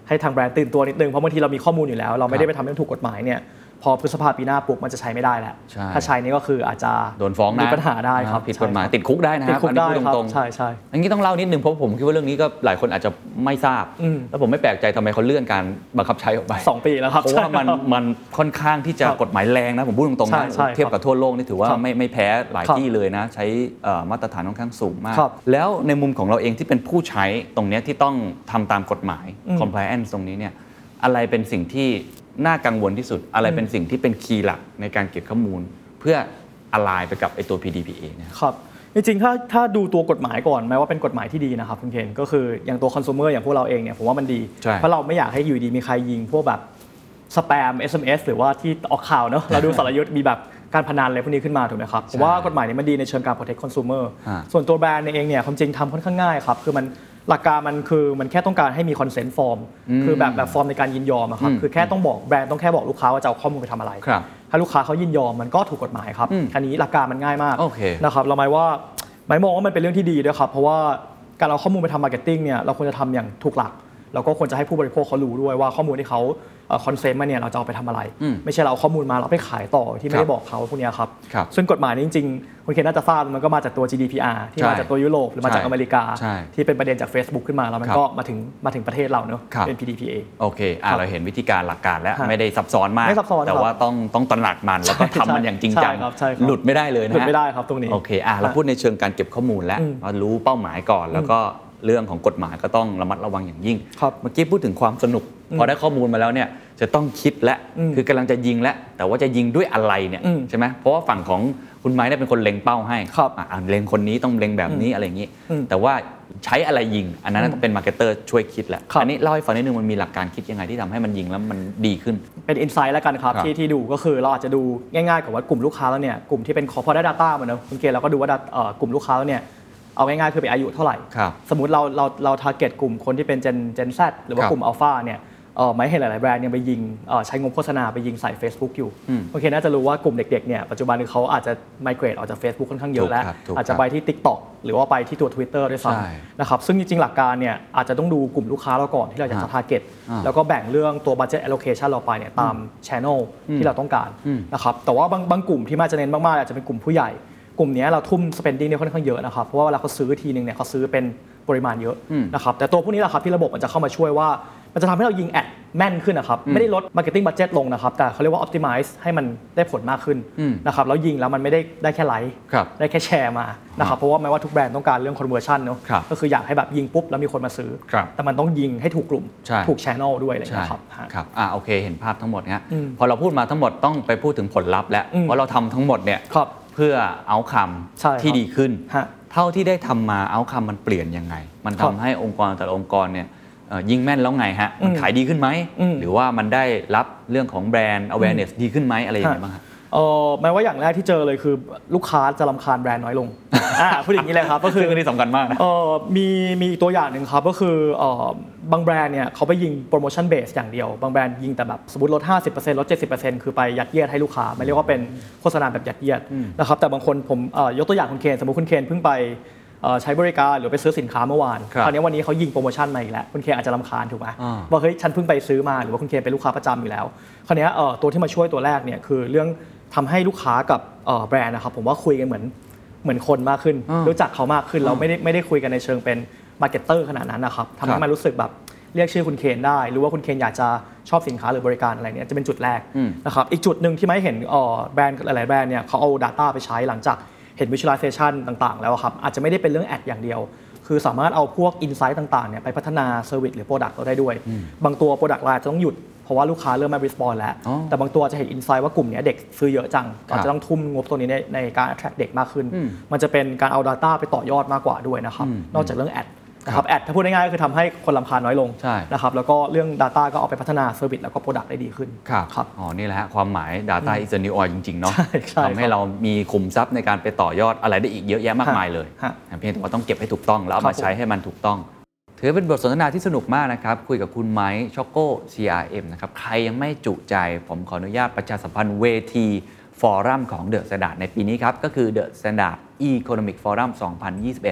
ให้ทางแบรนด์ตื่นตัวนิดนึงเพราะบางทีเรามีข้อมูลอยู่แล้วเราไม่ได้ไปทำเรื่องถูกกฎหมายเนี่ยพอพฤษภาปีหน้าปุ๊บมันจะใช้ไม่ได้แล้วถ้าใช้นี่ก็คืออาจจะโดนฟ้องนะมีปัญหาได้ครับผิดกฎหมายติดคุกได้นะครับอันนี้พูดตรงๆใช่ใช่อันนี้ต้องเล่านิดนึงเพราะผมคิดว่าเรื่องนี้ก็หลายคนอาจจะไม่ทราบแล้วผมไม่แปลกใจทำไมเขาเลื่อนการบังคับใช้ออกไปสองปีแล้วครับเพราะว่ามันมันค่อนข้างที่จะกฎหมายแรงนะผมพูดตรงๆนะเทียบกับทั่วโลกนี่ถือว่าไม่ไม่แพ้หลายที่เลยนะใช้มาตรฐานค่อนข้างสูงมากแล้วในมุมของเราเองที่เป็นผู้ใช้ตรงนี้ที่ต้องทำตามกฎหมาย compliance ตรงนี้เนี่ยอะไรเป็นสิ่งที่น่ากังวลที่สุดอะไรเป็นสิ่งที่เป็นคีย์หลักในการเก็บข้อมูลเพื่ออะไรไปกับไอ้ตัว พี ดี พี เอนะครับจริงๆถ้าถ้าดูตัวกฎหมายก่อนแม้ว่าเป็นกฎหมายที่ดีนะครับคุณเคนก็คืออย่างตัว consumer อย่างพวกเราเองเนี่ยผมว่ามันดีเพราะเราไม่อยากให้อยู่ดีมีใครยิงพวกแบบสแปม เอส เอ็ม เอส หรือว่าที่ออกข่าวเนาะเราดูสารยุทธ์มีแบบการพนันอะไรพวกนี้ขึ้นมาถูกไหมครับผมว่ากฎหมายนี้มันดีในเชิงการ protect consumer ส่วนตัวแบรนด์เองเนี่ยความจริงทำค่อนข้างง่ายครับคือมันหลักการมันคือมันแค่ต้องการให้มี consent form คือแบบแบบฟอร์มในการยินยอมครับคือแค่ต้องบอกแบรนด์ต้องแค่บอกลูกค้าว่าจะเอาข้อมูลไปทำอะไรถ้าลูกค้าเขายินยอมมันก็ถูกกฎหมายครับอันนี้หลักการมันง่ายมากนะครับเราหมายว่าหมายมองว่ามันเป็นเรื่องที่ดีด้วยครับเพราะว่าการเอาข้อมูลไปทำมาร์เก็ตติ้งเนี่ยเราควรจะทำอย่างถูกหลักเราก็ควรจะให้ผู้บริโภคเขารู้ด้วยว่าข้อมูลที่เขาคอนเซนต์มาเนี่ยเราจะเอาไปทำอะไรไม่ใช่เราเอาข้อมูลมาเราไปขายต่อที่ไม่ได้บอกเขาพวกนี้ครับซึ่งกฎหมายนี้จริงๆคุณเคนน่าจะทราบมันก็มาจากตัว จี ดี พี อาร์ ที่มาจากตัวยุโรปหรือมาจากอเมริกาที่เป็นประเด็นจาก Facebook ขึ้นมาแล้วมันก็มาถึงมาถึงประเทศเราเนอะเป็น พี ดี พี เอโอเคอ่ะเราเห็นวิธีการหลักการแล้วไม่ได้ซับซ้อนมากแต่ว่าต้องต้องตระหนักมันแล้วก็ทำมันอย่างจริงจังหลุดไม่ได้เลยนะหลุดไม่ได้ครับตรงนี้โอเคอ่ะเราพูดในเชิงการเก็บข้อมูลแล้วเรารู้เป้าหมายก่อนแล้วก็เรื่องของกฎหมายก็ต้องระมัดระวังอย่างยิ่งเมื่อกี้พูดถึงความสนุกพอได้ข้อมูลมาแล้วเนี่ยจะต้องคิดและคือกำลังจะยิงแล้วแต่ว่าจะยิงด้วยอะไรเนี่ยใช่ไหมเพราะว่าฝั่งของคุณไม้เนี่ยเป็นคนเล็งเป้าให้อ่าเล็งคนนี้ต้องเล็งแบบนี้อะไรอย่างนี้แต่ว่าใช้อะไรยิงอันนั้นต้องเป็นมาร์เก็ตเตอร์ช่วยคิดแหละอันนี้เล่าให้ฟังนิดนึงมันมีหลักการคิดยังไงที่ทำให้มันยิงแล้วมันดีขึ้นเป็นอินไซต์แล้วกันครับที่ที่ดูก็คือเราอาจจะดูง่ายๆกับว่ากลุ่มลูกค้าแล้วเนี่ยกลุ่มที่เป็นคอร์พอเรท data มาเนอะคุณเกศเราก็ดูว่ากลุ่มลูกค้าแล้วเนี่ยเอาง่ายๆคือเป็นอายุเท่าไหร่สมมุติเราเราเราทาร์เก็ตกลุ่มคนที่เป็นเจนเจน Z หรือว่ากลุ่มอัลฟาเนี่ยเออไม่เห็นหลายๆแบรนด์ยังไปยิงใช้งบโฆษณาไปยิงใส่ Facebook อยู่โอเคน่าจะรู้ว่ากลุ่มเด็กๆเนี่ยปัจจุบันเขาอาจจะไมเกรตออกจาก Facebook ค่อนข้างเยอะแล้วอาจจะไปที่ TikTok หรือว่าไปที่ตัว Twitter ด้วยซ้ำนะครับซึ่งจริงๆหลักการเนี่ยอาจจะต้องดูกลุ่มลูกค้าเราก่อนที่เราจะทาร์เก็ตแล้วก็แบ่งเรื่องตัว budget allocation เราไปเนี่ยตาม channel ที่เราต้องการนะครับแต่ว่าบางบางกลุ่มที่มาจะเน้นมากๆอาจจะเป็นกลุ่มผู้ใหญ่กลุ่มนี้เราทุ่ม spending เนี่ยค่อนข้างเยอะนะครับเพราะว่าเวลาเขาซื้อทีนึงเนี่ยเขาซื้อเป็นปริมาณเยอะนะครับแต่ตัวพวกนี้แหละครับที่ระบบมันจะเข้ามาช่วยว่ามันจะทำให้เรายิงแอดแม่นขึ้นนะครับไม่ได้ลด marketing budget ลงนะครับแต่เขาเรียกว่า optimize ให้มันได้ผลมากขึ้นนะครับแล้วยิงแล้วมันไม่ได้ได้แค่ไลค์ได้แค่แชร์มานะครับเพราะว่าแม้ว่าทุกแบรนด์ต้องการเรื่อง conversion เนอะก็คืออยากให้แบบยิงปุ๊บแล้วมีคนมาซื้อแต่มันต้องยิงให้ถูกกลุ่มถูก channel ด้วยอะไรนะครับครับอ่าโอเคเห็นภาพทั้งหมดฮะพอเราพูดมาทั้งหมดต้องไปพูดถึงผลลัพธ์แล้วเพราะเราทำทั้งหมดเนี่ยเพื่อเอาคำที่ดีขึ้นเท่าที่ได้ทำมาเอาคำมันเปลี่ยนยังไงมันทำให้องค์กรแต่ละองค์กรเนี่ยยิงแม่นแล้วไงฮะมันขายดีขึ้นไหมหรือว่ามันได้รับเรื่องของแบรนด์ awareness ดีขึ้นไหมอะไรอย่างเงี้ยบ้างครับเออแม้ว่าอย่างแรกที่เจอเลยคือลูกค้าจะรำคาญแบรนด์น้อยลงอ่าพูดอย่างนี้เลยครับก็คืออันนี้สำคัญมากนะเออมีมีตัวอย่างหนึ่งครับก็คือเออบางแบรนด์เนี่ยเขาไปยิงโปรโมชั่นเบสอย่างเดียวบางแบรนด์ยิงแต่แบบสมมติลด ห้าสิบเปอร์เซ็นต์ ลด เจ็ดสิบเปอร์เซ็นต์ คือไปยัดเยียดให้ลูกค้าไม่เรียกว่าเป็นโฆษณาแบบยัดเยียดนะครับแต่บางคนผมยกตัวอย่างคุณเคนสมมติคุณเคนเพิ่งไปใช้บริการหรือไปซื้อสินค้าเมื่อวานคราวนี้วันนี้เขายิงโปรโมชั่นมาอีกแล้วคุณเคนอาจจะรำคาญถูกไหมว่าเฮ้ยฉันเพิ่งไปซื้อมาหรือว่าคุณเคนเป็นลูกค้าประจำอยู่แล้วคราวนี้ตัวที่มาช่วยตัวแรกเนี่ยคือเรื่องทำให้ลูกค้ากับแบรนด์นะครับผมว่าคุยกันเหมือนเหมือนคนมากขึ้นรู้จักเขามากขึ้นเราไม่ได้ไม่ได้คุยกันในเชิงเป็นมาร์เก็ตเตอร์ขนาดนั้นนะครับทำให้มันรู้สึกแบบเรียกชื่อคุณเคนได้หรือว่าคุณเคนอยากจะชอบสินค้าหรือบริการอะไรเนี่ยจะเป็นจุดแรกนะครับอีกจุดหนึ่งที่ไม่เห็นแบรนด์หลายๆแบรนด์เนี่ยเขาเอา data ไปใช้หลังจากเห็น visualization ต่างๆแล้วครับอาจจะไม่ได้เป็นเรื่องแอดอย่างเดียวคือสามารถเอาพวก insight ต่างๆเนี่ยไปพัฒนา service หรือ product เราได้ด้วยบางตัว product เราจะต้องหยุดเพราะว่าลูกค้าเริ่มมา respond แล้วแต่บางตัวจะเห็น insight ว่ากลุ่มนี้เด็กซื้อเยอะจังเราจะต้องทุ่มงบตัวนี้ในในการ attract เด็กมากขึ้นมันจะเป็นการเอา data ไปต่อยอดมากกว่าด้วยนะครับนอกจากเรื่องแอดนะครับแอดถ้าพูดง่ายๆก็คือทำให้คนรำคาญน้อยลงนะครับแล้วก็เรื่อง data ก็เอาไปพัฒนา service แล้วก็ product ได้ดีขึ้นครับอ๋อนี่แหละฮะความหมาย data is the new oil จริงๆเนาะทำให้เรามีขุมทรัพย์ในการไปต่อยอดอะไรได้อีกเยอะแยะมากมายเลยเพียงแต่ว่าต้องเก็บให้ถูกต้องแล้วเอามาใช้ให้มันถูกต้องถือเป็นบทสนทนาที่สนุกมากนะครับคุยกับคุณไมค์ช็อกโก้ ซี อาร์ เอ็ม นะครับใครยังไม่จุใจผมขออนุญาตประชาสัมพันธ์เวทีฟอรัมของ The Standard ในปีนี้ครับก็คือ The Standard Economic Forum สองพันยี่สิบเอ็ด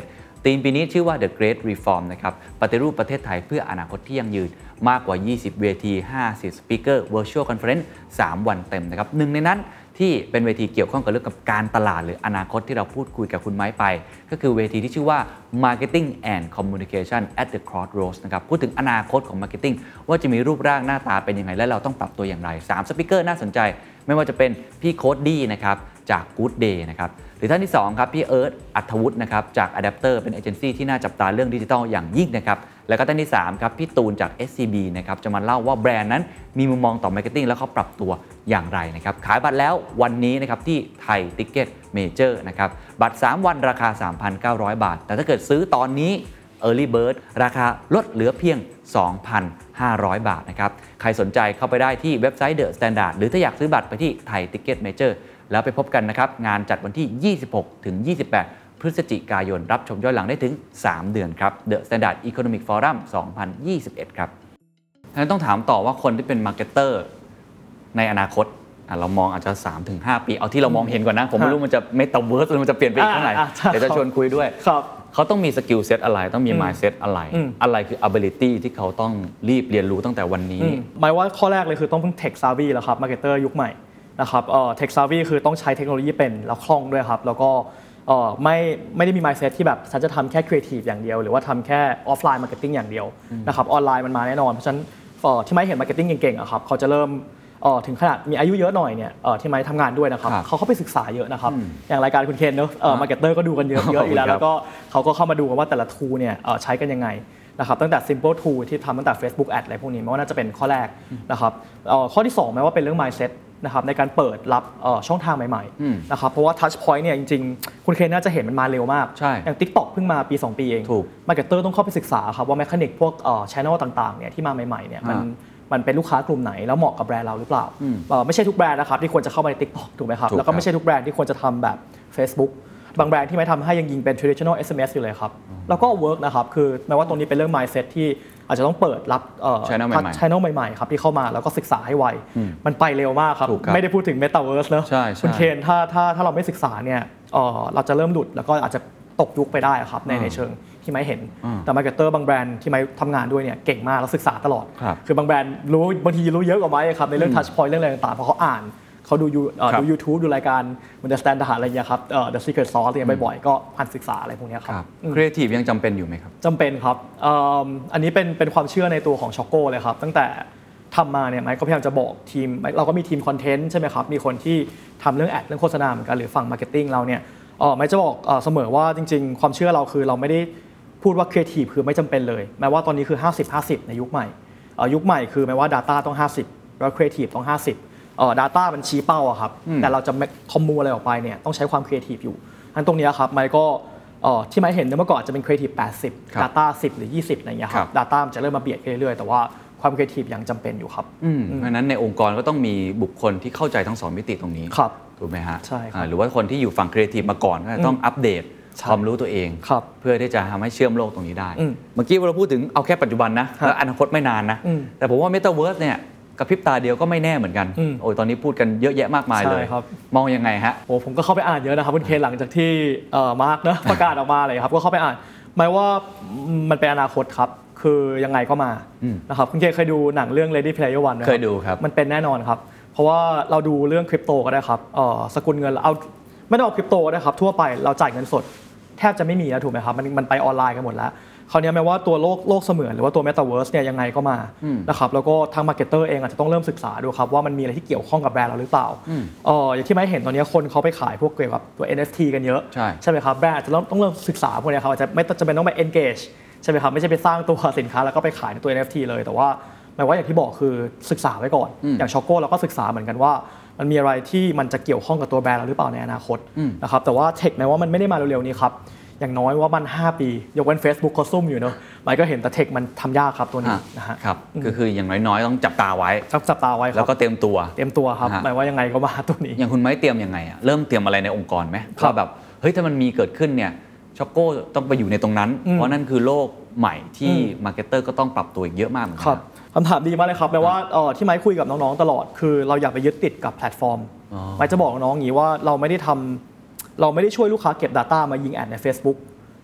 ธีมปีนี้ชื่อว่า The Great Reform นะครับปฏิรูปประเทศไทยเพื่ออนาคตที่ยั่งยืนมากกว่ายี่สิบเวทีห้าสิบสปีกเกอร์ Virtual Conference สามวันเต็มนะครับหนึ่งในนั้นที่เป็นเวทีเกี่ยวข้องกับเรื่องกับการตลาดหรืออนาคตที่เราพูดคุยกับคุณไม้ไปก็คือเวทีที่ชื่อว่า Marketing and Communication at the Crossroads นะครับพูดถึงอนาคตของ Marketing ว่าจะมีรูปร่างหน้าตาเป็นยังไงและเราต้องปรับตัวอย่างไรสามสปีกเกอร์น่าสนใจไม่ว่าจะเป็นพี่โค้ดดี้นะครับจาก Good Day นะครับหรือท่านที่สองครับพี่เอิร์ธอัธวุฒินะครับจาก Adapter เป็นเอเจนซี่ที่น่าจับตาเรื่องดิจิทัลอย่างยิ่งนะครับแล้วก็ท่านที่สามครับพี่ตูนจาก เอส ซี บี นะครับจะมาเล่าว่าแบรนด์นั้นมีมุมมองต่อ Marketing แล้วเขาปรับตัวอย่างไรนะครับขายบัตรแล้ววันนี้นะครับที่ไทยติ๊กเก็ตเมเจอร์นะครับบัตรสามวันราคา สามพันเก้าร้อย บาทแต่ถ้าเกิดซื้อตอนนี้ Early Bird ราคาลดเหลือเพียง สองพันห้าร้อย บาทนะครับใครสนใจเข้าไปได้ที่เว็บไซต์ The Standard หรือถ้าอยากซื้อบัตรไปที่ไทยติ๊กเก็ตเมเจอร์แล้วไปพบกันนะครับงานจัดวันที่ยี่สิบหกถึงยี่สิบแปดพฤศจิกายนรับชมย้อนหลังได้ถึงสามเดือนครับ The Standard Economic Forum สองพันยี่สิบเอ็ดครับฉะนั้นต้องถามต่อว่าคนที่เป็นมาร์เก็ตเตอร์ในอนาคตเรามองอาจจะ สามถึงห้า ปีเอาที่เรามองเห็นก่อนนะผมไม่รู้มันจะเมตาเวิร์สหรือมันจะเปลี่ยนไปอีกเท่าไหร่เดี๋ยวจะชวนคุยด้วยเขาต้องมีสกิลเซ็ตอะไรต้องมี mindset อะไรอะไรคือ ability ที่เขาต้องรีบเรียนรู้ตั้งแต่วันนี้หมายว่าข้อแรกเลยคือต้องเพิ่ง tech savvy แล้วครับมาร์เก็ตเตอร์ยุคใหม่นะครับเอ่อ tech savvy คือต้องใช้เทคโนโลยีเป็นแล้วคล่องด้วยครับแล้วก็เอ่อไม่ไม่ได้มี mindset ที่แบบฉันจะทำแค่ creative อย่างเดียวหรือว่าทำแค่ offline marketing อย่างเดียวนะครับออนไลน์มันมาแน่นอนเพราะฉะนั้นที่ไม่เห็น marketing เก่งๆอะครับเขาจะเริ่มเอ่อถึงขนาดมีอายุเยอะหน่อยเนี่ยเอ่อที่ไม่ทำงานด้วยนะครับเขาเข้าไปศึกษาเยอะนะครับอย่างรายการคุณเคนเนอะเอ่อ marketer ก็ดูกันเยอะเยอะอยู่แล้วแล้วก็เขาก็เข้ามาดูกันว่าแต่ละ tool เนี่ยเอ่อใช้กันยังไงนะครับตั้งแต่ simple tool ที่ทำตั้งแต่ Facebook Ad อะไรพวกนี้มันว่าน่าจะเป็นข้อแรกนะครับเอ่อข้อที่สองแม้ว่าเป็นเรื่อง mindsetนะครับในการเปิดรับช่องทางใหม่ๆนะครับเพราะว่า touch point เนี่ยจริงๆคุณเคนน่าจะเห็นมันมาเร็วมากอย่าง TikTok เพิ่งมาปีสองปีเอง marketer ต้องเข้าไปศึกษาครับว่า mechanic พวก channel ต่างๆเนี่ยที่มาใหม่ๆเนี่ยมันมันเป็นลูกค้ากลุ่มไหนแล้วเหมาะกับแบรนด์เราหรือเปล่าไม่ใช่ทุกแบรนด์นะครับที่ควรจะเข้ามาใน TikTok ถูกไหมครับแล้วก็ไม่ใช่ทุกแบรนด์ที่ควรจะทำแบบ Facebook บางแบรนด์ที่ไม่ทำให้ยังยิงเป็น traditional เอส เอ็ม เอส อยู่เลยครับแล้วก็ work นะครับคือแม้ว่าตรงนี้เป็นเรื่อง mindset ที่อาจจะต้องเปิดรับ channel ใหม่ๆ channel ใหม่ๆครับที่เข้ามาแล้วก็ศึกษาให้ไวมันไปเร็วมากครับไม่ได้พูดถึง metaverse เนอะคุณเคนถ้าถ้าถ้าเราไม่ศึกษาเนี่ยเราจะเริ่มหลุดแล้วก็อาจจะตกยุคไปได้ครับในในเชิงที่ไม่เห็นแต่ marketer บางแบรนด์ที่ไม่ทำงานด้วยเนี่ยเก่งมากแล้วศึกษาตลอดคือบางแบรนด์รู้บางทีรู้เยอะกว่าไม้ครับในเรื่อง touch point เรื่องอะไรต่างๆเพราะเขาอ่านเขาดูดู YouTube ดูรายการมันจะ standard อะไรอย่างเงี้ยครับ The Secret Sauce อะไรบ่อยๆก็อ่านศึกษาอะไรพวกนี้ครับ Creative ยังจำเป็นอยู่ไหมครับจำเป็นครับอันนี้เป็นเป็นความเชื่อในตัวของ Choco เลยครับตั้งแต่ทำมาเนี่ยไมค์ก็พยายามจะบอกทีมเราก็มีทีมคอนเทนต์ใช่ไหมครับมีคนที่ทำเรื่องแอดเรื่องโฆษณาเหมือนกันหรือฝั่ง Marketing เราเนี่ยไมค์จะบอกเสมอว่าจริงๆความเชื่อเราคือเราไม่ได้พูดว่า Creative คือไม่จำเป็นเลยแม้ว่าตอนนี้คือห้าสิบ ห้าสิบในยุคใหม่ยุคใหม่คือแม้ว่า Data ต้องห้าสิบแล้ว Creative ต้องห้าสิบเอ่อ data มันชี้เป้าอะครับแต่เราจะคอมมูอะไรออกไปเนี่ยต้องใช้ความครีเอทีฟอยู่งั้นตรงนี้ครับไมค์ก็เอ่อที่ไมค์เห็นเมื่อก่อนจะเป็นครีเอทีฟแปดสิบ data สิบหรือยี่สิบอะไรอย่างเงี้ยครับ data มันจะเริ่มมาเบียดเรื่อยๆแต่ว่าความครีเอทีฟยังจำเป็นอยู่ครับเพราะฉะนั้นในองค์กรก็ต้องมีบุคคลที่เข้าใจทั้งสองมิติตรงนี้ถูกไหมฮะใช่ครับหรือว่าคนที่อยู่ฝั่งครีเอทีฟมาก่อนก็ต้องอัปเดตความรู้ตัวเองเพื่อที่จะทำให้เชื่อมโลกตรงนี้ได้เมื่อกี้เราพูดถึงเอาแค่ปัจจุบันนะแล้วอนาคตไม่นานนะแต่ผมว่า Metaverse เนี่ยกระพริบตาเดียวก็ไม่แน่เหมือนกันโอ้ยตอนนี้พูดกันเยอะแยะมากมายเลยมองยังไงฮะโอ้ผมก็เข้าไปอ่านเยอะนะครับคุณเคนหลังจากที่มาร์กนะประกาศออกมาเลยครับก็เข้าไปอ่านหมายว่ามันเป็นอนาคตครับคือยังไงก็มานะครับคุณเคนเคยดูหนังเรื่อง Ready Player One ไหมเคยดูครับมันเป็นแน่นอนครับเพราะว่าเราดูเรื่องคริปโตก็ได้ครับสกุลเงินเอาไม่ต้องเอาคริปโตก็ได้ครับทั่วไปเราจ่ายเงินสดแทบจะไม่มีแล้วถูกไหมครับมันมันไปออนไลน์กันหมดแล้วคราวนี้แม้ว่าตัวโลกโลกเสมือนหรือว่าตัว Metaverse เนี่ยยังไงก็มานะครับแล้วก็ทาง Marketer เองอาจจะต้องเริ่มศึกษาดูครับว่ามันมีอะไรที่เกี่ยวข้องกับแบรนด์เราหรือเปล่าเอ่ออย่างที่ไม่เห็นตอนนี้คนเขาไปขายพวกเกี่ยวกับตัว เอ็น เอฟ ที กันเยอะใช่ใช่ไหมครับแบรนด์อาจจะต้องเริ่มศึกษาพวกนี้ครับอาจจะไม่จำเป็นต้องไป engage ใช่ไหมครับไม่ใช่ไปสร้างตัวสินค้าแล้วก็ไปขายในตัว เอ็น เอฟ ที เลยแต่ว่าหมายว่าอย่างที่บอกคือศึกษาไว้ก่อนอย่าง Choco เราก็ศึกษาเหมือนกันว่ามันมีอะไรที่มันจะเกี่ยวข้องกับตัวแบรนด์เราหรือเปล่าในอนาคตนะครับแต่ว่าเทคแม้ว่ามันไม่ได้มาเร็วๆนี้ครับอย่างน้อยว่ามันห้าปียกเว้น Facebook เขาซุ่มอยู่เนาะไมค์ก็เห็นแต่เทคมันทำยากครับตัวนี้นะฮะครับก็คืออย่างน้อยๆต้องจับตาไว้จับตาไว้ครับแล้วก็เตรียมตัวเตรียมตัวครับหมายว่ายังไงก็มาตัวนี้อย่างคุณไม้เตรียมยังไงอะเริ่มเตรียมอะไรในองค์กรไหมว่าแบบเฮ้ยถ้ามันมีเกิดขึ้นเนี่ยช็อกโก้ต้องไปอยู่ในตรงนั้นเพราะนั่นคือโลกใหม่ที่มาร์เก็ตเตอร์ก็ต้องปรับตัวอีกเยอะมากเหมือนกันคำถามดีมากเลยครับแปลว่าที่ไมค์คุยกับน้องๆตลอดคือเราอยากไปยึดติดกับแพลตฟอร์มไมค์จะบอกน้องอย่างนี้ว่าเราไม่ได้ทำเราไม่ได้ช่วยลูกค้าเก็บ data มายิงแอดใน Facebook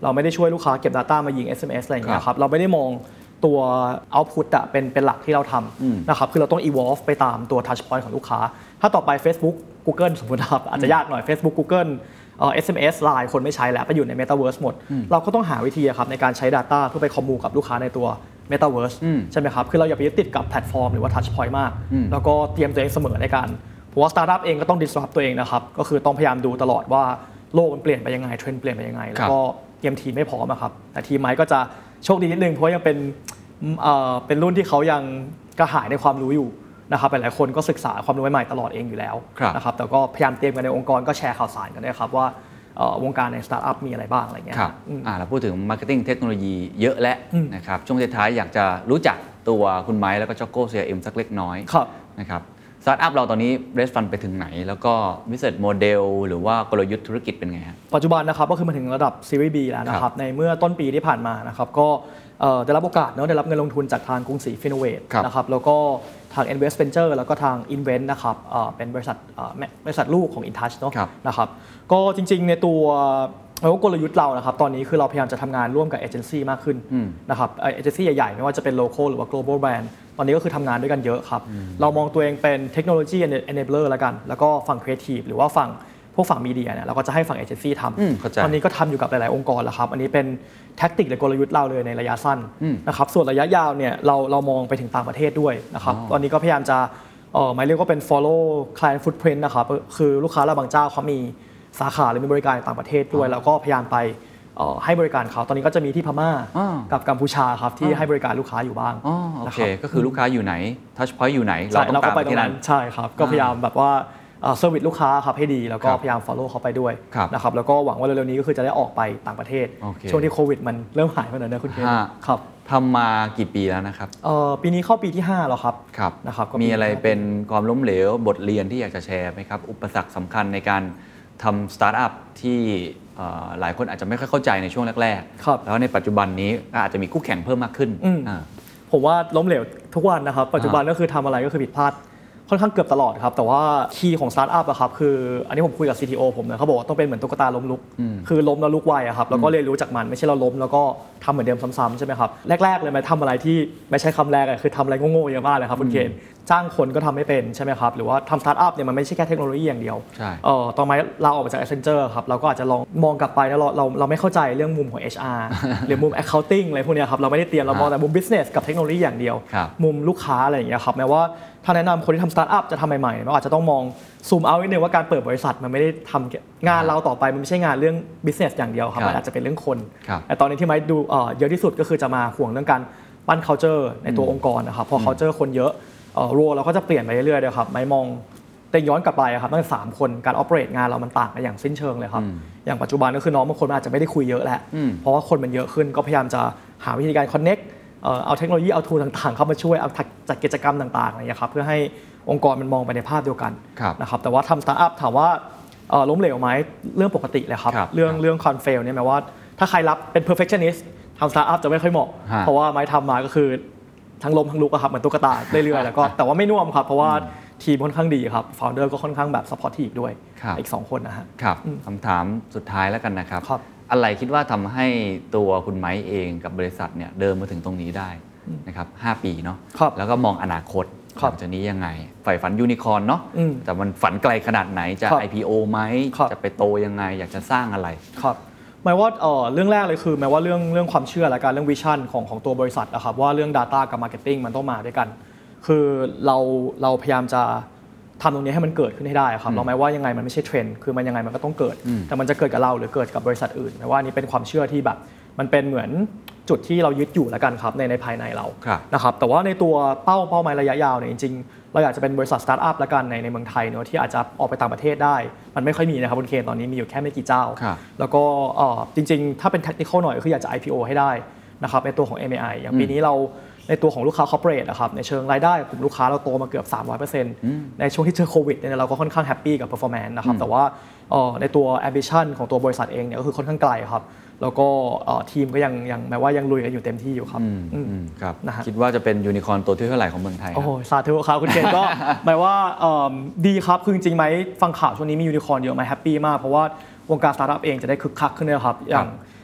เราไม่ได้ช่วยลูกค้าเก็บ data มายิง เอส เอ็ม เอส อะไรอย่างเงี้ยครับเราไม่ได้มองตัว output อะเป็นเป็นหลักที่เราทำนะครับคือเราต้อง evolve ไปตามตัว touch point ของลูกค้าถ้าต่อไป Facebook Google สมมุติครับอาจจะยากหน่อย Facebook Google เอ่อ เอส เอ็ม เอส ไลน์ คนไม่ใช้แล้วไปอยู่ใน Metaverse หมดเราก็ต้องหาวิธีครับในการใช้ data เพื่อไปคอมมูกับลูกค้าในตัว Metaverse ใช่ไหมครับคือเราอย่าไปยึดติดกับแพลตฟอร์มหรือว่า touch point มากแล้วก็เตรียมตัวเองเสมอในการเพราะว่า startup เองก็ต้อง disrupt ตัวเองนะครับก็คือต้องพยายามดูตลอดว่าโลกมันเปลี่ยนไปยังไงเทรนด์เปลี่ยนไปยังไงแล้วก็เตรียมทีมไม่พร้อมครับแต่ทีมไม้ก็จะโชคดีนิดนึงเพราะยังเป็นเอ่อเป็นรุ่นที่เขายังกระหายในความรู้อยู่นะครับหลายๆคนก็ศึกษาความรู้ใหม่ๆตลอดเองอยู่แล้วนะครับแต่ก็พยายามเตรียมกันในองค์กรก็แชร์ข่าวสารกันด้วยครับว่าวงการในสตาร์ทอัพมีอะไรบ้างอะไรเงี้ยครับอ่าเราพูดถึง marketing เทคโนโลยีเยอะแล้วนะครับช่วงท้ายๆอยากจะรู้จักตัวคุณไม้แล้วก็จ็อกโก้ ซี อาร์ เอ็ม สักเล็กน้อยนะครับสตาร์ทอัพเราตอนนี้เรสฟันไปถึงไหนแล้วก็ business model หรือว่ากลยุทธ์ธุรกิจเป็นไงฮะปัจจุบันนะครับก็คือมาถึงระดับ Series B แล้วนะครับในเมื่อต้นปีที่ผ่านมานะครับก็ได้รับโอกาสเนาะได้รับเงินลงทุนจากทางกรุงศรีฟิโนเวทนะครับแล้วก็ทาง Invest Venture แล้วก็ทาง Invent นะครับเป็นบริษัทบริษัทลูกของ InTouch เนาะนะครับก็จริงๆในตัวแล้วก็กลยุทธ์เรานะครับตอนนี้คือเราพยายามจะทำงานร่วมกับเอเจนซี่มากขึ้นนะครับเอเจนซี่ใหญ่ๆไม่ว่าจะเป็น local หรือว่า global brand ตอนนี้ก็คือทำงานด้วยกันเยอะครับเรามองตัวเองเป็น technology enabler แล้วกันแล้วก็ฝั่ง creative หรือว่าฝั่งพวกฝั่งมีเดียเนี่ยเราก็จะให้ฝั่งเอเจนซี่ทำตอนนี้ก็ทำอยู่กับหลายๆองค์กรแล้วครับอันนี้เป็นแท็กติกหรือกลยุทธ์เราเลยในระยะสั้นนะครับส่วนระยะยาวเนี่ยเราเรามองไปถึงต่างประเทศด้วยนะครับตอนนี้ก็พยายามจะเอ่อหมายเรียกว่าเป็น follow client footprint นะครับคือลูกค้าเราบางเจ้าเขามีสาขาหรือมีบริการต่างประเทศด้วยแล้วก็พยายามไปให้บริการเขาตอนนี้ก็จะมีที่พม่ากับกัมพูชาครับที่ให้บริการลูกค้าอยู่บ้างอ๋อโอเคก็คือลูกค้าอยู่ไหน touch point อยู่ไหนเราต้องตามไปที่นั้นใช่ครับก็พยายามแบบว่าเซอร์วิสลูกค้าครับให้ดีแล้วก็พยายาม follow เขาไปด้วยนะครับแล้วก็หวังว่าเร็วๆนี้ก็คือจะได้ออกไปต่างประเทศช่วงที่โควิดมันเริ่มหายไปหน่อยนะคุณเคนครับทำมากี่ปีแล้วนะครับปีนี้เข้าปีที่ห้าแล้วครับครับนะครับมีอะไรเป็นความล้มเหลวบทเรียนที่อยากจะแชร์ไหมครับอุปสรรคสำคัญในการทำสตาร์ทอัพที่หลายคนอาจจะไม่ค่อยเข้าใจในช่วงแรกๆแล้วในปัจจุบันนี้อาจจะมีคู่แข่งเพิ่มมากขึ้นผมว่าล้มเหลวทุกวันนะครับปัจจุบันก็คือทำอะไรก็คือผิดพลาดค่อนข้างเกือบตลอดครับแต่ว่าคีย์ของสตาร์ทอัพอะครับคืออันนี้ผมคุยกับ ซี ที โอ ผมเนี่ยเขาบอกว่าต้องเป็นเหมือนตุ๊กตาล้มลุกคือล้มแล้วลุกไวอะครับแล้วก็เรียนรู้จากมันไม่ใช่เราล้มแล้วก็ทำเหมือนเดิมซ้ำๆใช่ไหมครับแรกๆเลยมาทำอะไรที่ไม่ใช่คำแรกอะคือทำอะไรโง่ๆเยอะมากเลยครับคุณเคนจ้างคนก็ทำไม่เป็นใช่ไหมครับหรือว่าทำสตาร์ทอัพเนี่ยมันไม่ใช่แค่เทคโนโลยีอย่างเดียวเอ่อตอนนี้เราออกมาจาก Accenture ครับเราก็อาจจะลองมองกลับไปแล้วเราเราเราไม่เข้าใจเรื่องมุมของ เอช อาร์ หรือมุม accounting อะไรพวกนี้ครับเราไม่ได้เตรียมเรามองแต่มุม business กับเทคโนโลยีอย่างเดียวมุมลูกค้าอะไรอย่างเงี้ยครับแม้ว่าถ้าแนะนำคนที่ทำสตาร์ทอัพจะทำใหม่ๆเราอาจจะต้องมองซูมเอานิดนึงว่าการเปิดบริษัทมันไม่ได้ทำงานเราต่อไปมันไม่ใช่งานเรื่อง business อย่างเดียวครับมันอาจจะเป็นเรื่องคนแต่ตอนนี้ที่ไมค์ดูเยอะที่สุดก็คือจะมาห่วงเรื่องการปั้น culture ในตัวองค์กรนะครับพอ culture คนเยอะโรเราก็จะเปลี่ยนไปเรื่อยๆเลยครับไมค์มองแต่ย้อนกลับไปครับตั้งแต่สามคนการ operate งานเรามันต่างกันอย่างสิ้นเชิงเลยครับอย่างปัจจุบันก็คือน้องบางคนอาจจะไม่ได้คุยเยอะแล้วเพราะว่าคนมันเยอะขึ้นก็พยายามจะหาวิธีการ connect เอาเทคโนโลยีเอาทูลต่างๆเข้ามาช่วยเอาจัดกิจกรรมต่างๆอะไรอย่างเงี้ยครับเพื่อให้องค์กรมันมองไปในภาพเดียวกันนะครับแต่ว่าทำสตาร์ทอัพถามว่าล้มเหลวไหมเรื่องปกติเลยครับเรื่องเรื่องคอนเฟลเนี่ยหมายว่าถ้าใครรับเป็น perfectionist ทำสตาร์ทอัพจะไม่ค่อยเหมาะเพราะว่าไม้ทำมาก็คือทั้งล้มทั้งลุกครับเหมือนตุ๊กตาเรื่อยๆแล้วก็แต่ว่าไม่น่วมครับเพราะว่าทีมค่อนข้างดีครับฟาวเดอร์ก็ค่อนข้างแบบซัพพอร์ตทีฟด้วยอีกสองคนนะฮะครับคำถามสุดท้ายแล้วกันนะครับอะไรคิดว่าทำให้ตัวคุณไม้เองกับบริษัทเนี่ยเดินมาถึงตรงนี้ได้นะครับห้าปีเนาะแล้วก็มองอนาคตหลังจากนี้ยังไงใฝ่ฝันยูนิคอร์นเนาะแต่มันฝันไกลขนาดไหนจะ ไอ พี โอ ไหมจะไปโตยังไงอยากจะสร้างอะไรครับหมายว่าเอ่อเรื่องแรกเลยคือหมายว่าเรื่องเรื่องความเชื่อและการเรื่องวิชั่นของของตัวบริษัทนะครับว่าเรื่อง data กับ marketing มันต้องมาด้วยกันคือเราเราพยายามจะทำตรงนี้ให้มันเกิดขึ้นให้ได้ครับเราหมายว่ายังไงมันไม่ใช่เทรนด์คือมันยังไงมันก็ต้องเกิดแต่มันจะเกิดกับเราหรือเกิดกับบริษัทอื่นหมายว่านี่เป็นความเชื่อที่แบบมันเป็นเหมือนจุดที่เรายึดอยู่แล้วกันครับในในภายในเรานะครับแต่ว่าในตัวเป้าเป้าหมายระยะยาวเนี่ยจริงๆเราอยากจะเป็นบริษัทสตาร์ทอัพแล้วกันในในเมืองไทยเนาะที่อาจจะออกไปต่างประเทศได้มันไม่ค่อยมีนะครับคุณเคนตอนนี้มีอยู่แค่ไม่กี่เจ้าแล้วก็จริงๆถ้าเป็น technical หน่อยก็คืออยากจะ ไอ พี โอ ให้ได้นะครับในตัวของ เอ็ม เอ ไอ อย่างปีนี้เราในตัวของลูกค้า corporate นะครับในเชิงรายได้กลุ่มลูกค้าเราโตมาเกือบ สามร้อยเปอร์เซ็นต์ ในช่วงที่เจอโควิดเนี่ยเราก็ค่อนข้างแฮปปี้กับ performance นะครับแต่ว่าในตัว ambition ของตัวบริษัทเองเนี่ยก็คือค่อนข้างไกลครับแล้วก็ทีมก็ยังยังแม้ว่ายังลุยกันอยู่เต็มที่อยู่ครับครับคิดว่าจะเป็นยูนิคอร์นตัวที่เท่าไหร่ของเมืองไทยโอ้โหสาธุครับคุณเคนก็หมายว่าดีครับคือจริงๆไหมฟังข่าวช่วงนี้มียูนิคอร์นเยอะไหมแฮปปี้มากเพราะว่าวงการสตาร์ทอัพเองจะได้คึกคักขึ้นเลยครับอย่าง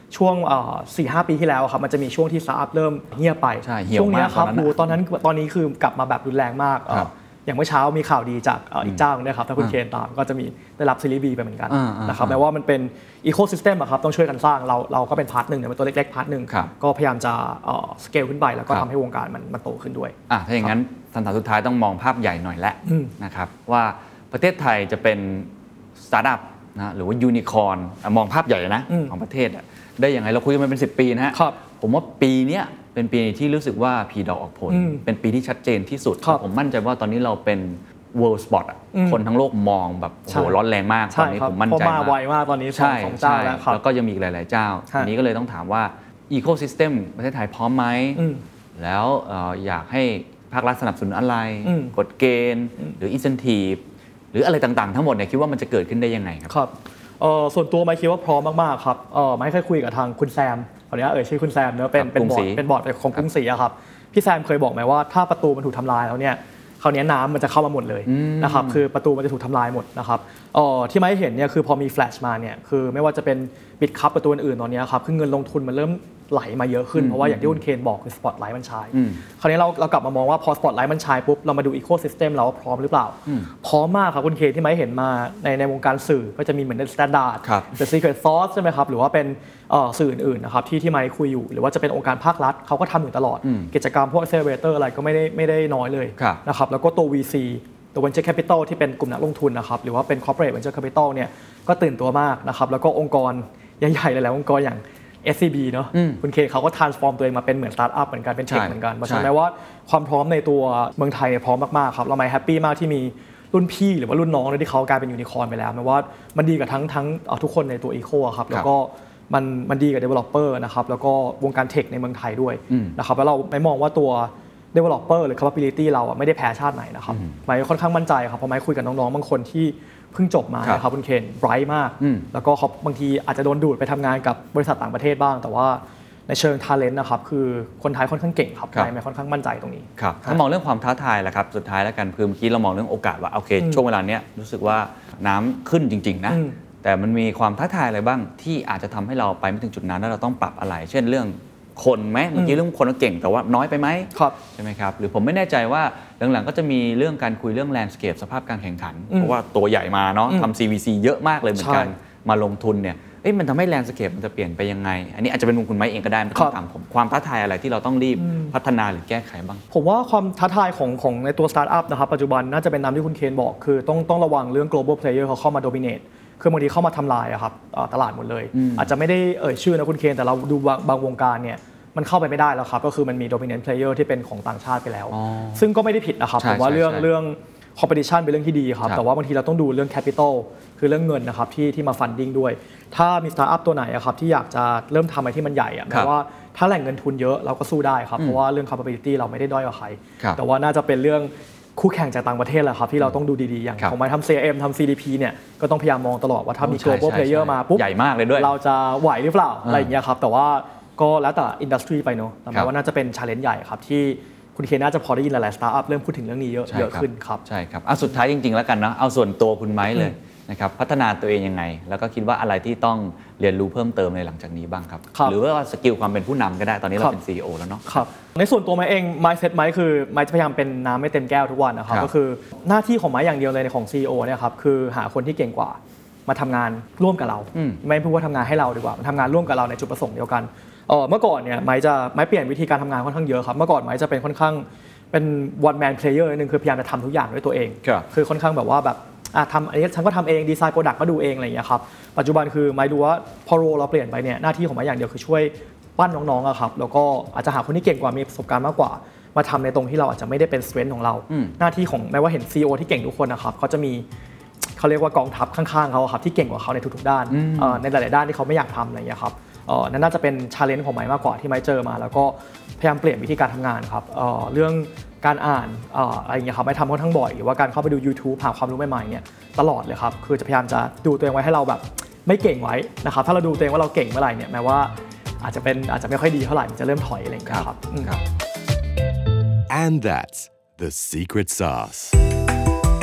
ช่วงเอ่อ สี่ห้า ปีที่แล้วครับมันจะมีช่วงที่สตาร์ทอัพเริ่มเงียบไปช่วงนี้ครับโอ้ตอนนั้นตอนนี้คือกลับมาแบบรุนแรงมากอย่างเมื่อเช้ามีข่าวดีจากอีกเจ้านึงนะครับถ้าคุณเคนตามก็จะมีได้รับซีรีส์ B ไปเหมือนกันนะครับแม้ว่ามันเป็นอีโคซิสเต็มอะครับต้องช่วยกันสร้างเราเราก็เป็นพาร์ทนึงเนี่ยเป็นตัวเล็กๆพาร์ทนึงก็พยายามจะเอ่อสเกลขึ้นไปแล้วก็ทำให้วงการมันมันโตขึ้นด้วยอ่ะถ้าอย่างนั้นคำถามสุดท้ายต้องมองภาพใหญ่หน่อยแหละนะครับว่าประเทศไทยจะเป็นสตาร์ทอัพนะหรือว่ายูนิคอร์นมองภาพใหญ่นะของประเทศได้ยังไงเราคุยกันมาเป็นสิบปีนะฮะผมว่าปีนี้เป็นปีที่รู้สึกว่าผีดอกออกผลเป็นปีที่ชัดเจนที่สุดผมมั่นใจว่าตอนนี้เราเป็น world spot อ่ะคนทั้งโลกมองแบบโอ้โหร้อนแรงมากตอนนี้ผมมั่นใจมากไวมากตอนนี้สองเจ้าแล้วครับแล้วก็ยังมีอีกหลายๆเจ้าทีนี้ก็เลยต้องถามว่า ecosystem ประเทศไทยพร้อมไหมแล้วอยากให้ภาครัฐสนับสนุนอะไรกฎเกณฑ์หรือ incentive หรืออะไรต่างๆทั้งหมดเนี่ยคิดว่ามันจะเกิดขึ้นได้ยังไงครับครับส่วนตัวไมค์คิดว่าพร้อมมากๆครับไมค์เคยคุยกับทางคุณแซมขออนุญาตเอ่ยชื่อคุณแซมเนอะเป็นเป็นบอร์ดเป็นบอร์ดของกรุงศรีอะครับพี่แซมเคยบอกไหมว่าถ้าประตูมันถูกทำลายแล้วเนี่ยคราวนี้น้ำมันจะเข้ามาหมดเลยนะครับคือประตูมันจะถูกทำลายหมดนะครับที่ไมค์เห็นเนี่ยคือพอมีแฟลชมาเนี่ยคือไม่ว่าจะเป็นบิตคัพประตูอื่นๆตอนนี้ครับคือเงินลงทุนมันเริ่มไหลมาเยอะขึ้นเพราะว่าอย่างที่คุณเคนบอกคือสปอตไลท์มันฉายคราวนี้เราเรากลับมามองว่าพอสปอตไลท์มันฉายปุ๊บเรามาดูอีโคซิสเต็มเราพร้อมหรือเปล่าพร้อมมากครับคุณเคนที่ไมค์เห็นมาในในวงการสื่อก็จะมีเหมือนในสแตนดาร์ดเป็น Secret Sauce ใช่ไหมครับหรือว่าเป็นสื่ออื่นๆนะครับที่ที่ไมค์คุยอยู่หรือว่าจะเป็นองค์การภาครัฐเขาก็ทำอยู่ตลอดกิจกรรมพวก Accelerator อะไรก็ไม่ได้ไม่ได้น้อยเลยนะครับแล้วก็ตัว วี ซี ตัว Venture Capital ที่เป็นกลุ่มนักลงทุนนะครับหรือว่าเป็น Corporate Venture Capital เนี่ยก็ตื่นตัวมากนะครับแล้วก็องค์กรใหญ่ๆหลายๆองค์กรอย่าง เอส ซี บี เนาะคุณเคเขาก็ transform ตัวเองมาเป็นเหมือน startup เหมือนกันเป็นเทคเหมือนกันเพราะฉะนั้นว่าความพร้อมในตัวเมืองไทยเนี่ยพร้อมมากๆครับเราไม่แฮปปี้มากที่มีรุ่นพี่หรือว่ารุ่นน้องที่เขากลายเป็นยูนิคอร์นไปแล้วแม้ว่ามันดีกับทั้งทั้งทุกคนในตัว Eco ครับแล้วก็มันมันดีกับ developer นะครับแล้วก็วงการเทคในเมืองไทยด้วยนะครับแล้วเราไม่มองว่าตัว developer หรือ capability เราอ่ะไม่ได้แพ้ชาติไหนนะครับไม่ค่อนข้างมั่นใจครับเพราะไม่คุยกับน้องๆบางคนที่เพิ่งจบมานะครับคุณเคนไบรท์มากแล้วก็เขาบางทีอาจจะโดนดูดไปทำงานกับบริษัทต่างประเทศบ้างแต่ว่าในเชิง talent นะครับคือคนไทยค่อนข้างเก่งครับไม่ไม่ค่อนข้างมั่นใจตรงนี้ครับถ้ามองเรื่องความท้าทายแหละครับสุดท้ายแล้วกันคือเมื่อกี้เรามองเรื่องโอกาสว่าโอเคช่วงเวลาเนี้ยรู้สึกว่าน้ำขึ้นจริงๆนะแต่มันมีความท้าทายอะไรบ้างที่อาจจะทำให้เราไปไม่ถึงจุดนั้นแล้วเราต้องปรับอะไรเช่นเรื่องคนไหมเมื่อกี้เรื่องคนเก่งแต่ว่าน้อยไปไหมใช่ไหมครับหรือผมไม่แน่ใจว่าหลังๆก็จะมีเรื่องการคุยเรื่องแลนด์สเคปสภาพการแข่งขันเพราะว่าตัวใหญ่มาเนาะทำ ซี วี ซี เยอะมากเลยเหมือนกันมาลงทุนเนี่ยเอ๊ะมันทำให้แลนด์สเคปมันจะเปลี่ยนไปยังไงอันนี้อาจจะเป็นมุมคุณไม้เองก็ได้ไม่ต้องถามผมความท้าทายอะไรที่เราต้องรีบพัฒนาหรือแก้ไขบ้างผมว่าความท้าทายของของในตัวสตาร์ทอัพนะครับปัจจุบันน่าจะเป็นนำที่คุณเคนบอกคือต้องต้องระวังเรื่อง global player เขาเข้ามา dominate คือบางทีเข้ามาทำลายอะครับตลาดหมดเลยอาจจะไม่ได้เอ่ยชื่อนะคุณเคนแต่เราดูบางวงการเนี่ยมันเข้าไปไม่ได้แล้วครับก็คือมันมี dominant player ที่เป็นของต่างชาติไปแล้วซึ่งก็ไม่ได้ผิดนะครับผมว่าเรื่องเรื่อง competition เป็นเรื่องที่ดีครับแต่ว่าบางทีเราต้องดูเรื่อง capital คือเรื่องเงินนะครับที่ที่มา funding ด้วยถ้ามี startup ตัวไหนครับที่อยากจะเริ่มทำอะไรที่มันใหญ่อะแม้ว่าถ้าแหล่งเงินทุนเยอะเราก็สู้ได้ครับเพราะว่าเรื่อง capability เราไม่ได้ด้อยกว่าใครแต่ว่าน่าจะเป็นเรื่องคู่แข่งจากต่างประเทศแหละครับที่เราต้องดูดีๆอย่างของไมค์ทำ ซี เอ็ม ทำ ซี ดี พี เนี่ยก็ต้องพยายามมองตลอดว่าถ้ามี global player มาปุ๊บใหญ่มากเลยด้วยเราจะไหวหรือเปล่าอะไรอย่างเงี้ยครับแต่ว่าก็แล้วแต่อินดัสทรีไปเนาะแต่หมายว่าน่าจะเป็น challenge ใหญ่ครับที่คุณเคนน่าจะพอได้ยินหลายๆสตาร์ทอัพเริ่มพูดถึงเรื่องนี้เยอะเยอะขึ้นครับใช่ครับอ่ะสุดท้ายจริงๆแล้วกันนะเอาส่วนตัวคุณไม้เลยนะครับพัฒนาตัวเองยังไงแล้วก็คิดว่าอะไรที่ต้องเรียนรู้เพิ่มเติมในหลังจากนี้บ้างครับหรือว่าสกิลความเป็นผู้นำก็ได้ตอนนี้เราเป็น ซี อี โอ แล้วเนาะครับในส่วนตัวไม้เอง mindset ไม้คือไม้จะพยายามเป็นน้ำไม่เต็มแก้วทุกวันนะครับก็คือหน้าที่ของไม้อย่างเดียวเลยในของ ซี อี โอ เนี่ยครับคือหาคนที่เก่งกว่ามาทำงานร่วมกับเราไม่พูดว่าทำงานให้เราดีกว่ามาทำงานร่วมกับเราในจุดประสงค์เดียวกันเออเมื่อก่อนเนี่ยไม้จะไม้เปลี่ยนวิธีการทำงานค่อนข้างเยอะครับเมื่อก่อนไม้จะเป็นค่อนข้างเป็น one man player นึงคือพยายามจะทำทุกอย่างด้วยตัวเองคือค่อนข้างแบบว่าแบบอ่ะทำอันนี้ฉันก็ทำเองดีไซน์โปรดักต์ก็ดูเองอะไรอย่างเงี้ยครับปัจจุบันคือไม้ดูว่าพอโรเราเปลี่ยนไปเนี่ยหน้าที่ของไม้อย่างเดียวคือช่วยปั้นน้องๆอะครับแล้วก็อาจจะหาคนที่เก่งกว่ามีประสบการณ์มากกว่ามาทำในตรงที่เราอาจจะไม่ได้เป็น strength ของเราหน้าที่ของแม้ว่าเห็น ซี อี โอ ที่เก่งทุกคนนะครับเขาจะมีเขาเรียกว่ากองทัพข้างๆเขาครับที่เก่งกว่าเขาในทุกๆด้านในหลายๆด้านที่เขาไม่อยากทำอะไรอย่างเงี้ยครับนั่นน่าจะเป็น challenge ของไม้มากกว่าที่ไม้เจอมาแล้วก็พยายามเปลี่ยนวิธีการทำงานครับเรื่องการอ่านอะไรอย่างเงี้ยครับไม่ทำค่อนข้างบ่อยหรือว่าการเข้าไปดู YouTube หาความรู้ใหม่ๆเนี่ยตลอดเลยครับคือจะพยายามจะดูตัวเองไว้ให้เราแบบไม่เก่งไว้นะครับถ้าเราดูตัวเองว่าเราเก่งเมื่อไหร่เนี่ยแม้ว่าอาจจะเป็นอาจจะไม่ค่อยดีเท่าไหร่จะเริ่มถอยอะไรอย่างเงี้ยครับ And that's the secret sauce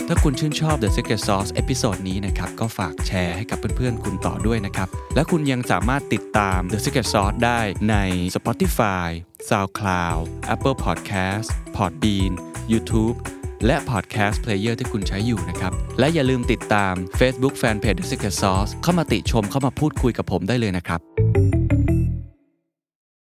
ถ้าคุณชื่นชอบ The Secret Sauce เอพิโซดนี้นะครับก็ฝากแชร์ให้กับเพื่อนๆคุณต่อด้วยนะครับและคุณยังสามารถติดตาม The Secret Sauce ได้ใน Spotify, SoundCloud, Apple Podcast, Podbean, YouTube และ Podcast Player ที่คุณใช้อยู่นะครับและอย่าลืมติดตาม Facebook Fanpage The Secret Sauce เข้ามาติชมเข้ามาพูดคุยกับผมได้เลยนะครับ